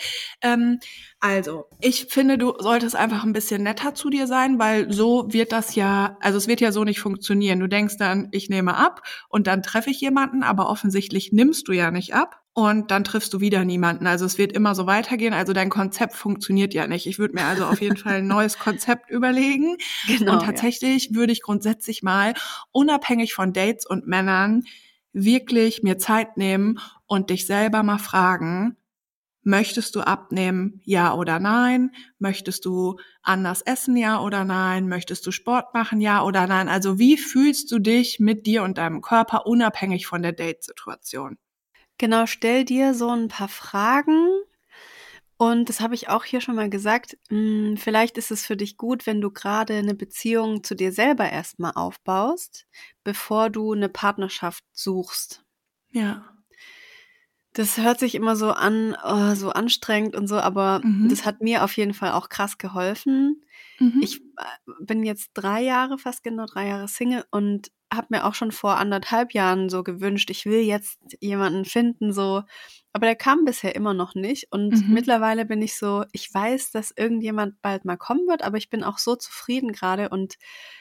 Also ich finde, du solltest einfach ein bisschen netter zu dir sein, weil so wird das ja, also es wird ja so nicht funktionieren. Du denkst dann, ich nehme ab und dann treffe ich jemanden, aber offensichtlich nimmst du ja nicht ab. Und dann triffst du wieder niemanden. Also es wird immer so weitergehen. Also dein Konzept funktioniert ja nicht. Ich würde mir also auf jeden Fall ein neues Konzept überlegen. Genau, und tatsächlich würde ich grundsätzlich mal, unabhängig von Dates und Männern, wirklich mir Zeit nehmen und dich selber mal fragen, möchtest du abnehmen, ja oder nein? Möchtest du anders essen, ja oder nein? Möchtest du Sport machen, ja oder nein? Also wie fühlst du dich mit dir und deinem Körper, unabhängig von der Datesituation? Genau, stell dir so ein paar Fragen und das habe ich auch hier schon mal gesagt, vielleicht ist es für dich gut, wenn du gerade eine Beziehung zu dir selber erst mal aufbaust, bevor du eine Partnerschaft suchst. Ja. Das hört sich immer so an, so anstrengend und so, aber das hat mir auf jeden Fall auch krass geholfen. Ich bin jetzt 3 Jahre, fast genau 3 Jahre Single und habe mir auch schon vor 1,5 Jahren so gewünscht, ich will jetzt jemanden finden, so. Aber der kam bisher immer noch nicht. Und mittlerweile bin ich so, ich weiß, dass irgendjemand bald mal kommen wird, aber ich bin auch so zufrieden gerade und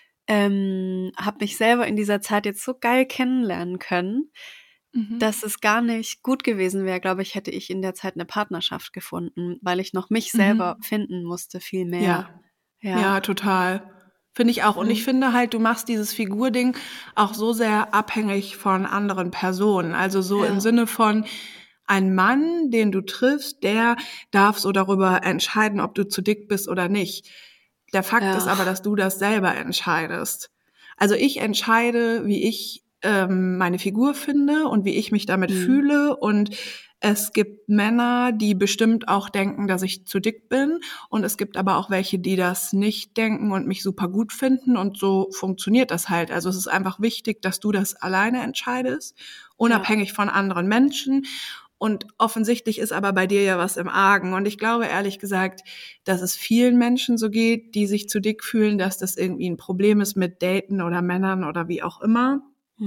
habe mich selber in dieser Zeit jetzt so geil kennenlernen können, dass es gar nicht gut gewesen wäre, glaube ich, hätte ich in der Zeit eine Partnerschaft gefunden, weil ich noch mich selber finden musste viel mehr. Ja, total. Finde ich auch. Und ich finde halt, du machst dieses Figurding auch so sehr abhängig von anderen Personen. Also so im Sinne von, ein Mann, den du triffst, der darf so darüber entscheiden, ob du zu dick bist oder nicht. Der Fakt ist aber, dass du das selber entscheidest. Also ich entscheide, wie ich meine Figur finde und wie ich mich damit fühle. Und es gibt Männer, die bestimmt auch denken, dass ich zu dick bin. Und es gibt aber auch welche, die das nicht denken und mich super gut finden. Und so funktioniert das halt. Also es ist einfach wichtig, dass du das alleine entscheidest, unabhängig von anderen Menschen. Und offensichtlich ist aber bei dir ja was im Argen. Und ich glaube ehrlich gesagt, dass es vielen Menschen so geht, die sich zu dick fühlen, dass das irgendwie ein Problem ist mit Daten oder Männern oder wie auch immer.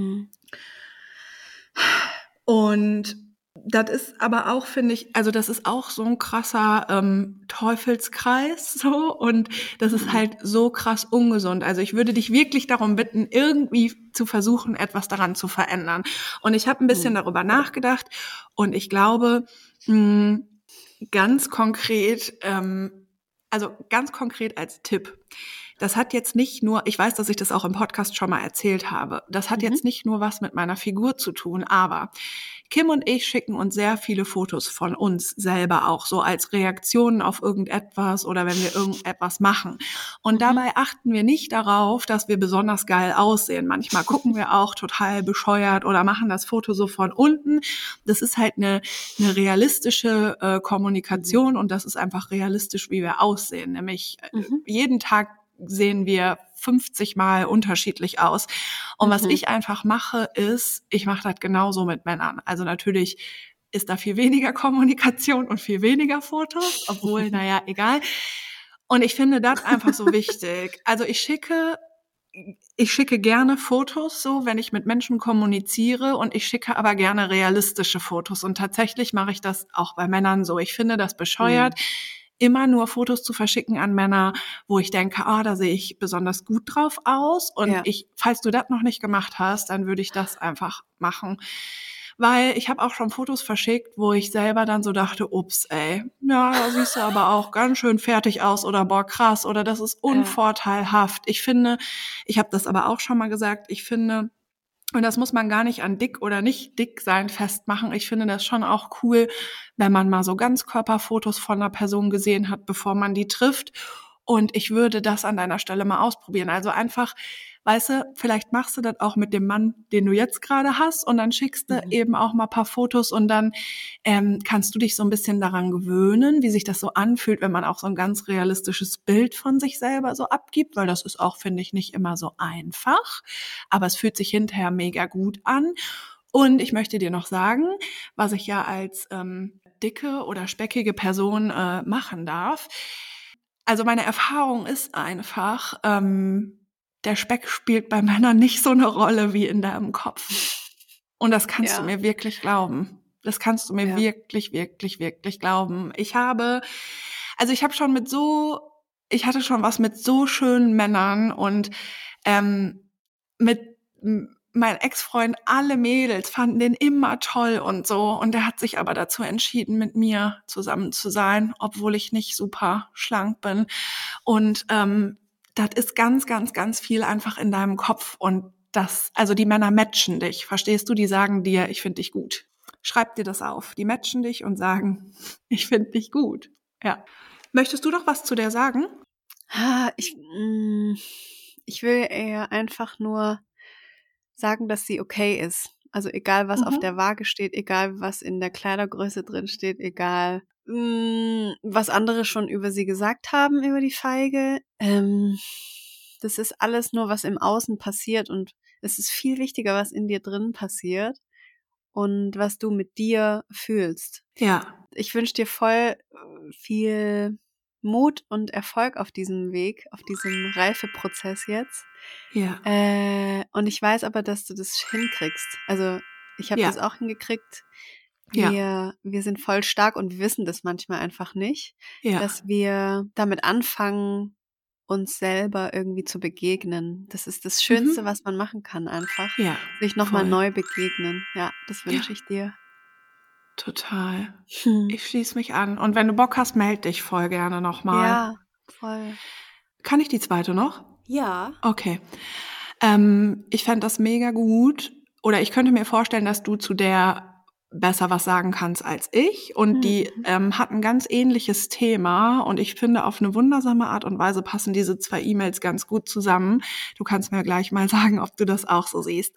Und das ist aber auch, finde ich, also das ist auch so ein krasser Teufelskreis so und das ist halt so krass ungesund. Also ich würde dich wirklich darum bitten, irgendwie zu versuchen, etwas daran zu verändern. Und ich habe ein bisschen darüber nachgedacht und ich glaube, ganz konkret, also ganz konkret als Tipp, das hat jetzt nicht nur, ich weiß, dass ich das auch im Podcast schon mal erzählt habe, das hat jetzt nicht nur was mit meiner Figur zu tun, aber Kim und ich schicken uns sehr viele Fotos von uns selber auch, so als Reaktionen auf irgendetwas oder wenn wir irgendetwas machen. Und dabei achten wir nicht darauf, dass wir besonders geil aussehen. Manchmal gucken wir auch total bescheuert oder machen das Foto so von unten. Das ist halt eine realistische Kommunikation und das ist einfach realistisch, wie wir aussehen. Nämlich jeden Tag sehen wir 50 Mal unterschiedlich aus. Und was ich einfach mache, ist, ich mache das genauso mit Männern. Also natürlich ist da viel weniger Kommunikation und viel weniger Fotos, obwohl, naja, egal. Und ich finde das einfach so wichtig. Also ich schicke gerne Fotos so, wenn ich mit Menschen kommuniziere und ich schicke aber gerne realistische Fotos. Und tatsächlich mache ich das auch bei Männern so. Ich finde das bescheuert, immer nur Fotos zu verschicken an Männer, wo ich denke, da sehe ich besonders gut drauf aus. Und falls du das noch nicht gemacht hast, dann würde ich das einfach machen. Weil ich habe auch schon Fotos verschickt, wo ich selber dann so dachte, ups, ey, ja, da siehst du aber auch ganz schön fertig aus oder boah, krass oder das ist unvorteilhaft. Ich finde, ich habe das aber auch schon mal gesagt, ich finde, und das muss man gar nicht an dick oder nicht dick sein festmachen. Ich finde das schon auch cool, wenn man mal so Ganzkörperfotos von einer Person gesehen hat, bevor man die trifft. Und ich würde das an deiner Stelle mal ausprobieren. Also einfach weißt du, vielleicht machst du das auch mit dem Mann, den du jetzt gerade hast und dann schickst du eben auch mal ein paar Fotos und dann kannst du dich so ein bisschen daran gewöhnen, wie sich das so anfühlt, wenn man auch so ein ganz realistisches Bild von sich selber so abgibt, weil das ist auch, finde ich, nicht immer so einfach, aber es fühlt sich hinterher mega gut an. Und ich möchte dir noch sagen, was ich ja als dicke oder speckige Person machen darf. Also meine Erfahrung ist einfach, der Speck spielt bei Männern nicht so eine Rolle wie in deinem Kopf. Und das kannst du mir wirklich glauben. Das kannst du mir wirklich, wirklich, wirklich glauben. Ich hatte schon was mit so schönen Männern und mit mein Ex-Freund, alle Mädels fanden den immer toll und so. Und der hat sich aber dazu entschieden, mit mir zusammen zu sein, obwohl ich nicht super schlank bin. Und das ist ganz, ganz, ganz viel einfach in deinem Kopf. Und also die Männer matchen dich, verstehst du? Die sagen dir, ich finde dich gut. Schreib dir das auf. Die matchen dich und sagen, ich finde dich gut. Ja. Möchtest du doch was zu der sagen? Ich will eher einfach nur sagen, dass sie okay ist. Also egal, was auf der Waage steht, egal, was in der Kleidergröße drin steht, egal, was andere schon über sie gesagt haben, über die Feige. Das ist alles nur, was im Außen passiert und es ist viel wichtiger, was in dir drin passiert und was du mit dir fühlst. Ja. Ich wünsche dir voll viel Mut und Erfolg auf diesem Weg, auf diesem Reifeprozess jetzt. Ja. Und ich weiß aber, dass du das hinkriegst. Also ich habe das auch hingekriegt. Wir sind voll stark und wir wissen das manchmal einfach nicht, dass wir damit anfangen, uns selber irgendwie zu begegnen. Das ist das Schönste, was man machen kann, einfach. Ja, sich nochmal neu begegnen. Ja, das wünsche ich dir. Total. Ich schließe mich an. Und wenn du Bock hast, melde dich voll gerne nochmal. Ja, voll. Kann ich die zweite noch? Ja. Okay. Ich fände das mega gut. Oder ich könnte mir vorstellen, dass du zu der besser was sagen kannst als ich. Und die hat ein ganz ähnliches Thema. Und ich finde, auf eine wundersame Art und Weise passen diese 2 E-Mails ganz gut zusammen. Du kannst mir gleich mal sagen, ob du das auch so siehst.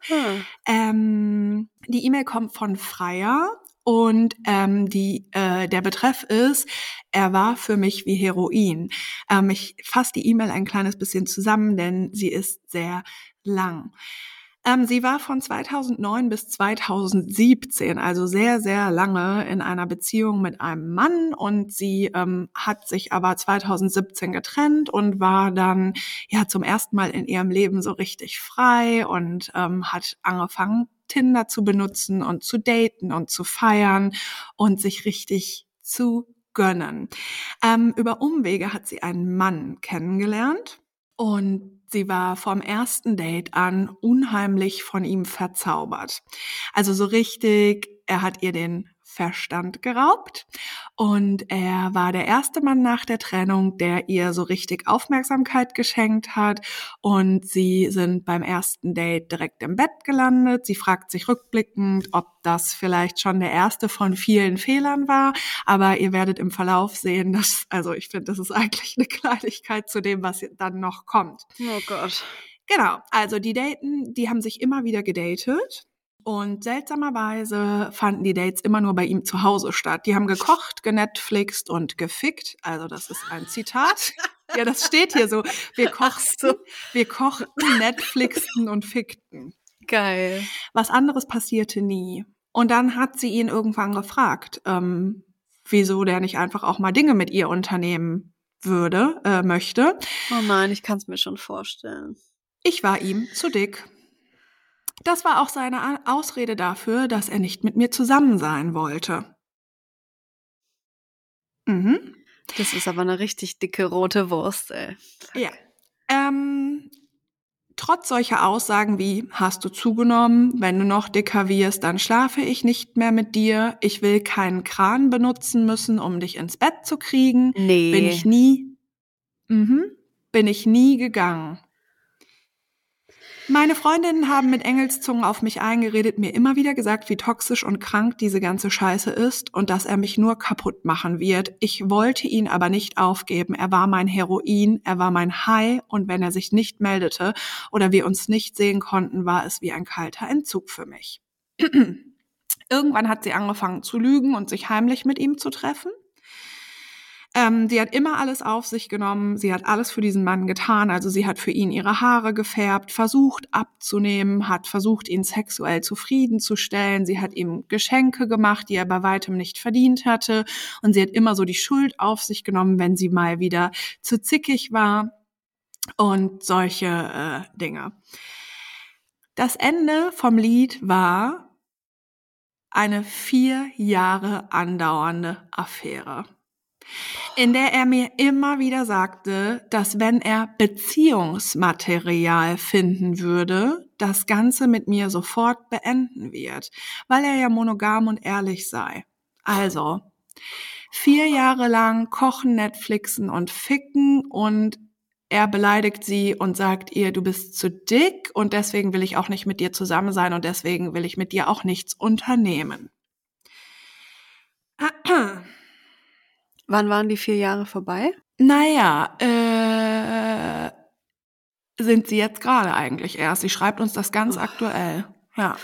Die E-Mail kommt von Freier. Und der Betreff ist, er war für mich wie Heroin. Ich fasse die E-Mail ein kleines bisschen zusammen, denn sie ist sehr lang. Sie war von 2009 bis 2017, also sehr, sehr lange in einer Beziehung mit einem Mann und sie hat sich aber 2017 getrennt und war dann zum ersten Mal in ihrem Leben so richtig frei und hat angefangen, Tinder zu benutzen und zu daten und zu feiern und sich richtig zu gönnen. Über Umwege hat sie einen Mann kennengelernt und sie war vom ersten Date an unheimlich von ihm verzaubert. Also so richtig, er hat ihr den Verstand geraubt und er war der erste Mann nach der Trennung, der ihr so richtig Aufmerksamkeit geschenkt hat und sie sind beim ersten Date direkt im Bett gelandet. Sie fragt sich rückblickend, ob das vielleicht schon der erste von vielen Fehlern war, aber ihr werdet im Verlauf sehen, ich finde, das ist eigentlich eine Kleinigkeit zu dem, was dann noch kommt. Oh Gott. Genau, also die haben sich immer wieder gedatet. Und seltsamerweise fanden die Dates immer nur bei ihm zu Hause statt. Die haben gekocht, genetflixt und gefickt. Also das ist ein Zitat. Ja, das steht hier so. Wir kochten, Netflixten und fickten. Geil. Was anderes passierte nie. Und dann hat sie ihn irgendwann gefragt, wieso der nicht einfach auch mal Dinge mit ihr unternehmen möchte. Oh nein, ich kann es mir schon vorstellen. Ich war ihm zu dick. Das war auch seine Ausrede dafür, dass er nicht mit mir zusammen sein wollte. Das ist aber eine richtig dicke rote Wurst, ey. Ja. Trotz solcher Aussagen wie, hast du zugenommen, wenn du noch dicker wirst, dann schlafe ich nicht mehr mit dir, ich will keinen Kran benutzen müssen, um dich ins Bett zu kriegen, bin ich nie gegangen. Meine Freundinnen haben mit Engelszungen auf mich eingeredet, mir immer wieder gesagt, wie toxisch und krank diese ganze Scheiße ist und dass er mich nur kaputt machen wird. Ich wollte ihn aber nicht aufgeben. Er war mein Heroin, er war mein High und wenn er sich nicht meldete oder wir uns nicht sehen konnten, war es wie ein kalter Entzug für mich. Irgendwann hat sie angefangen zu lügen und sich heimlich mit ihm zu treffen. Sie hat immer alles auf sich genommen, sie hat alles für diesen Mann getan, also sie hat für ihn ihre Haare gefärbt, versucht abzunehmen, hat versucht, ihn sexuell zufriedenzustellen, sie hat ihm Geschenke gemacht, die er bei weitem nicht verdient hatte und sie hat immer so die Schuld auf sich genommen, wenn sie mal wieder zu zickig war und solche Dinge. Das Ende vom Lied war eine 4 Jahre andauernde Affäre, in der er mir immer wieder sagte, dass wenn er Beziehungsmaterial finden würde, das Ganze mit mir sofort beenden wird, weil er ja monogam und ehrlich sei. Also 4 Jahre lang kochen, Netflixen und ficken und er beleidigt sie und sagt ihr, du bist zu dick und deswegen will ich auch nicht mit dir zusammen sein und deswegen will ich mit dir auch nichts unternehmen. Wann waren die 4 Jahre vorbei? Naja, sind sie jetzt gerade eigentlich erst. Sie schreibt uns das ganz aktuell. Ja.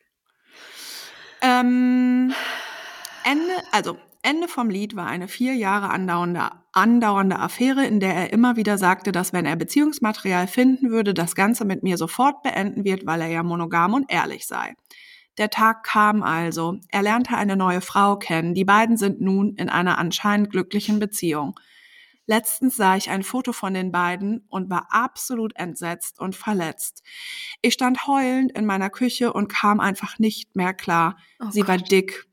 Ende vom Lied war eine 4 Jahre andauernde Affäre, in der er immer wieder sagte, dass wenn er Beziehungsmaterial finden würde, das Ganze mit mir sofort beenden wird, weil er ja monogam und ehrlich sei. Der Tag kam also. Er lernte eine neue Frau kennen. Die beiden sind nun in einer anscheinend glücklichen Beziehung. Letztens sah ich ein Foto von den beiden und war absolut entsetzt und verletzt. Ich stand heulend in meiner Küche und kam einfach nicht mehr klar. Sie war dick.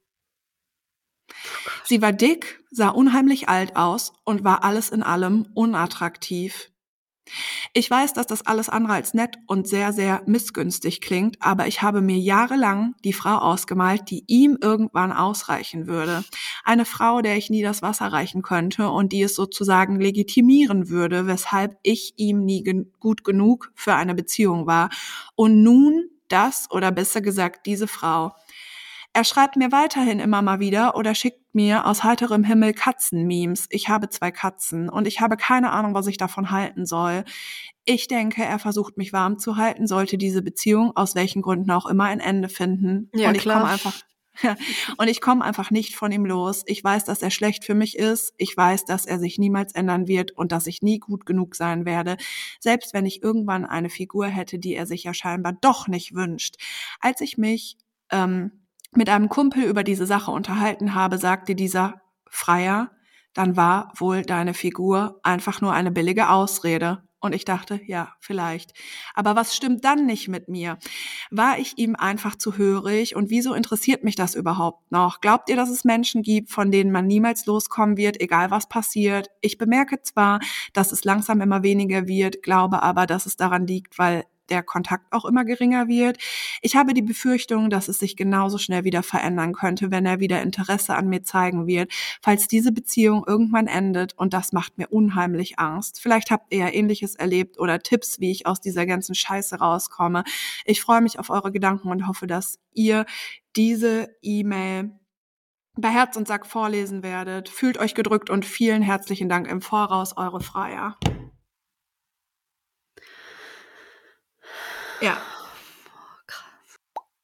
Sie war dick, sah unheimlich alt aus und war alles in allem unattraktiv. Ich weiß, dass das alles andere als nett und sehr, sehr missgünstig klingt, aber ich habe mir jahrelang die Frau ausgemalt, die ihm irgendwann ausreichen würde. Eine Frau, der ich nie das Wasser reichen könnte und die es sozusagen legitimieren würde, weshalb ich ihm nie gut genug für eine Beziehung war. Und nun das, oder besser gesagt diese Frau. Er schreibt mir weiterhin immer mal wieder oder schickt mir aus heiterem Himmel Katzenmemes. Ich habe 2 Katzen und ich habe keine Ahnung, was ich davon halten soll. Ich denke, er versucht mich warm zu halten, sollte diese Beziehung aus welchen Gründen auch immer ein Ende finden. Ja, und ich klar. komme einfach nicht von ihm los. Ich weiß, dass er schlecht für mich ist. Ich weiß, dass er sich niemals ändern wird und dass ich nie gut genug sein werde. Selbst wenn ich irgendwann eine Figur hätte, die er sich ja scheinbar doch nicht wünscht. Als ich mich mit einem Kumpel über diese Sache unterhalten habe, sagte dieser Freier, dann war wohl deine Figur einfach nur eine billige Ausrede. Und ich dachte, ja, vielleicht. Aber was stimmt dann nicht mit mir? War ich ihm einfach zu hörig? Und wieso interessiert mich das überhaupt noch? Glaubt ihr, dass es Menschen gibt, von denen man niemals loskommen wird, egal was passiert? Ich bemerke zwar, dass es langsam immer weniger wird, glaube aber, dass es daran liegt, weil der Kontakt auch immer geringer wird. Ich habe die Befürchtung, dass es sich genauso schnell wieder verändern könnte, wenn er wieder Interesse an mir zeigen wird, falls diese Beziehung irgendwann endet und das macht mir unheimlich Angst. Vielleicht habt ihr ja Ähnliches erlebt oder Tipps, wie ich aus dieser ganzen Scheiße rauskomme. Ich freue mich auf eure Gedanken und hoffe, dass ihr diese E-Mail bei Herz und Sack vorlesen werdet. Fühlt euch gedrückt und vielen herzlichen Dank im Voraus, eure Freier. Ja. Krass.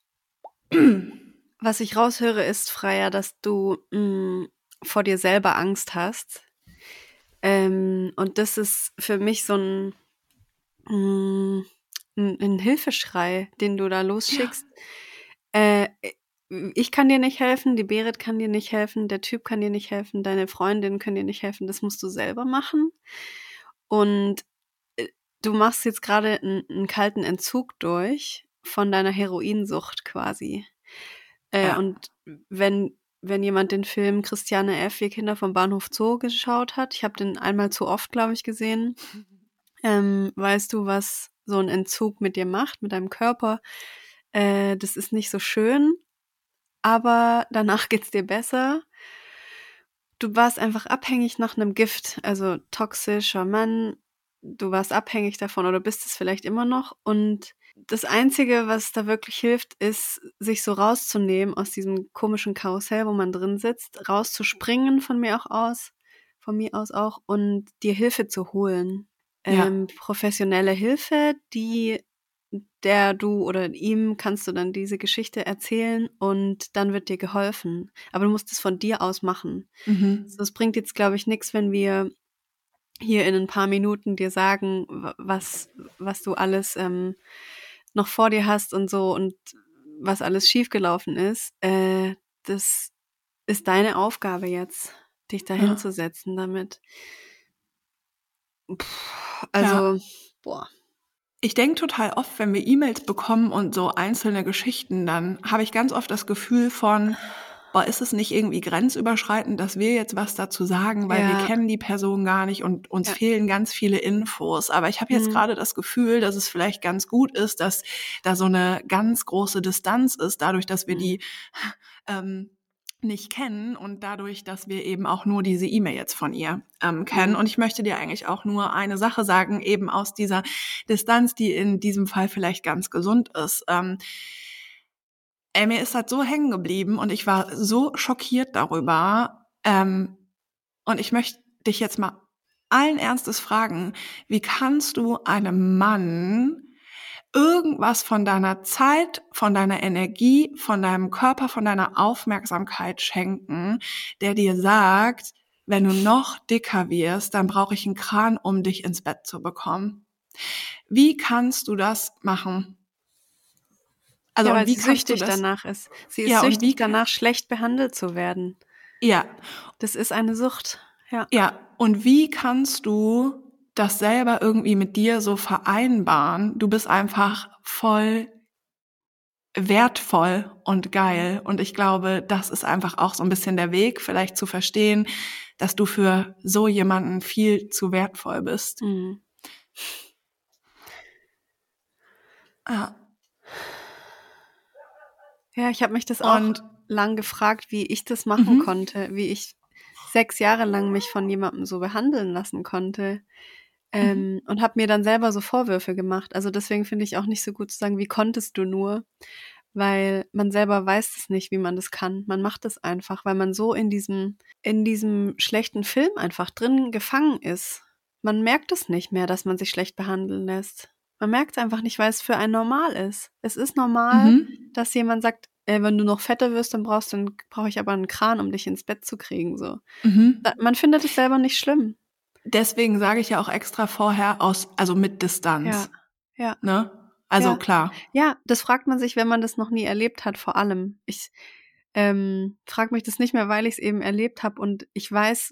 Was ich raushöre, ist, Freya, dass du vor dir selber Angst hast. Und das ist für mich so ein Hilfeschrei, den du da losschickst. Ja. Ich kann dir nicht helfen, die Berit kann dir nicht helfen, der Typ kann dir nicht helfen, deine Freundinnen können dir nicht helfen, das musst du selber machen. Und du machst jetzt gerade einen kalten Entzug durch von deiner Heroinsucht quasi. Ja. Und wenn jemand den Film Christiane F., Wir Kinder vom Bahnhof Zoo geschaut hat, ich habe den einmal zu oft, glaube ich, gesehen, weißt du, was so ein Entzug mit dir macht, mit deinem Körper. Das ist nicht so schön, aber danach geht's dir besser. Du warst einfach abhängig nach einem Gift, also toxischer Mann. Du warst abhängig davon oder bist es vielleicht immer noch. Und das Einzige, was da wirklich hilft, ist, sich so rauszunehmen aus diesem komischen Karussell, wo man drin sitzt, rauszuspringen von mir aus auch und dir Hilfe zu holen. Ja. Professionelle Hilfe, der du oder ihm kannst du dann diese Geschichte erzählen und dann wird dir geholfen. Aber du musst es von dir aus machen. So, es bringt jetzt, glaube ich, nichts, wenn wir hier in ein paar Minuten dir sagen, was du alles noch vor dir hast und so und was alles schiefgelaufen ist. Das ist deine Aufgabe jetzt, dich da hinzusetzen damit. Also, boah. Ich denke total oft, wenn wir E-Mails bekommen und so einzelne Geschichten, dann habe ich ganz oft das Gefühl von, ist es nicht irgendwie grenzüberschreitend, dass wir jetzt was dazu sagen, weil wir kennen die Person gar nicht und uns fehlen ganz viele Infos. Aber ich habe jetzt gerade das Gefühl, dass es vielleicht ganz gut ist, dass da so eine ganz große Distanz ist, dadurch, dass wir die nicht kennen und dadurch, dass wir eben auch nur diese E-Mail jetzt von ihr kennen. Und ich möchte dir eigentlich auch nur eine Sache sagen, eben aus dieser Distanz, die in diesem Fall vielleicht ganz gesund ist. Mir ist das so hängen geblieben und ich war so schockiert darüber. Und ich möchte dich jetzt mal allen Ernstes fragen, wie kannst du einem Mann irgendwas von deiner Zeit, von deiner Energie, von deinem Körper, von deiner Aufmerksamkeit schenken, der dir sagt, wenn du noch dicker wirst, dann brauche ich einen Kran, um dich ins Bett zu bekommen. Wie kannst du das machen? Also, weil sie süchtig danach ist. Sie ist süchtig danach, schlecht behandelt zu werden. Ja. Das ist eine Sucht. Ja. Ja. Und wie kannst du das selber irgendwie mit dir so vereinbaren? Du bist einfach voll wertvoll und geil. Und ich glaube, das ist einfach auch so ein bisschen der Weg, vielleicht zu verstehen, dass du für so jemanden viel zu wertvoll bist. Ja, ich habe mich das auch lang gefragt, wie ich das machen konnte, wie ich 6 Jahre lang mich von jemandem so behandeln lassen konnte. Und habe mir dann selber so Vorwürfe gemacht. Also deswegen finde ich auch nicht so gut zu sagen, wie konntest du nur? Weil man selber weiß es nicht, wie man das kann. Man macht es einfach, weil man so in diesem schlechten Film einfach drin gefangen ist. Man merkt es nicht mehr, dass man sich schlecht behandeln lässt. Man merkt es einfach nicht, weil es für einen normal ist. Es ist normal, dass jemand sagt, wenn du noch fetter wirst, dann brauche ich aber einen Kran, um dich ins Bett zu kriegen. So. Man findet es selber nicht schlimm. Deswegen sage ich ja auch extra vorher also mit Distanz. Ja. Ne? Also klar. Ja, das fragt man sich, wenn man das noch nie erlebt hat, vor allem. Ich frage mich das nicht mehr, weil ich es eben erlebt habe und ich weiß,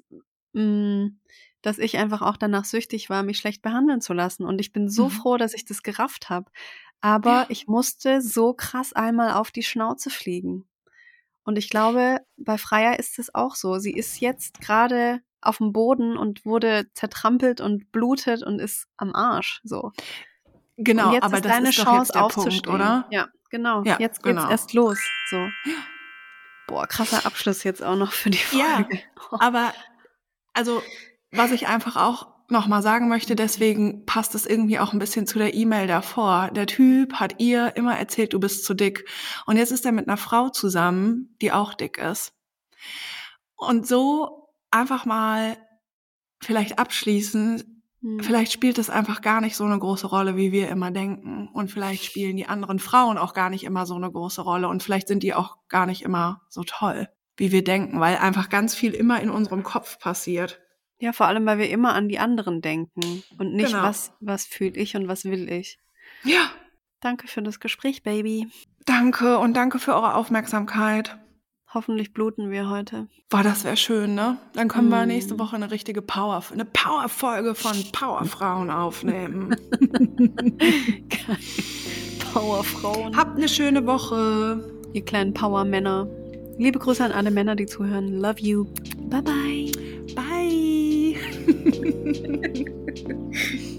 dass ich einfach auch danach süchtig war, mich schlecht behandeln zu lassen. Und ich bin so froh, dass ich das gerafft habe. Aber ich musste so krass einmal auf die Schnauze fliegen. Und ich glaube, bei Freya ist es auch so. Sie ist jetzt gerade auf dem Boden und wurde zertrampelt und blutet und ist am Arsch. So. Genau, jetzt aber ist das deine ist doch Chance jetzt der aufzustehen. Punkt, oder? Ja, genau. Ja, jetzt geht's erst los. So. Boah, krasser Abschluss jetzt auch noch für die Folge. Ja, aber also was ich einfach auch nochmal sagen möchte, deswegen passt es irgendwie auch ein bisschen zu der E-Mail davor. Der Typ hat ihr immer erzählt, du bist zu dick. Und jetzt ist er mit einer Frau zusammen, die auch dick ist. Und so einfach mal vielleicht abschließend, vielleicht spielt es einfach gar nicht so eine große Rolle, wie wir immer denken. Und vielleicht spielen die anderen Frauen auch gar nicht immer so eine große Rolle. Und vielleicht sind die auch gar nicht immer so toll, wie wir denken, weil einfach ganz viel immer in unserem Kopf passiert. Ja, vor allem, weil wir immer an die anderen denken und nicht, was fühle ich und was will ich. Ja. Danke für das Gespräch, Baby. Danke und danke für eure Aufmerksamkeit. Hoffentlich bluten wir heute. Boah, das wäre schön, ne? Dann können wir nächste Woche eine richtige Power-Folge von Powerfrauen aufnehmen. Powerfrauen. Habt eine schöne Woche. Ihr kleinen Power-Männer. Liebe Grüße an alle Männer, die zuhören. Love you. Bye, bye. Bye.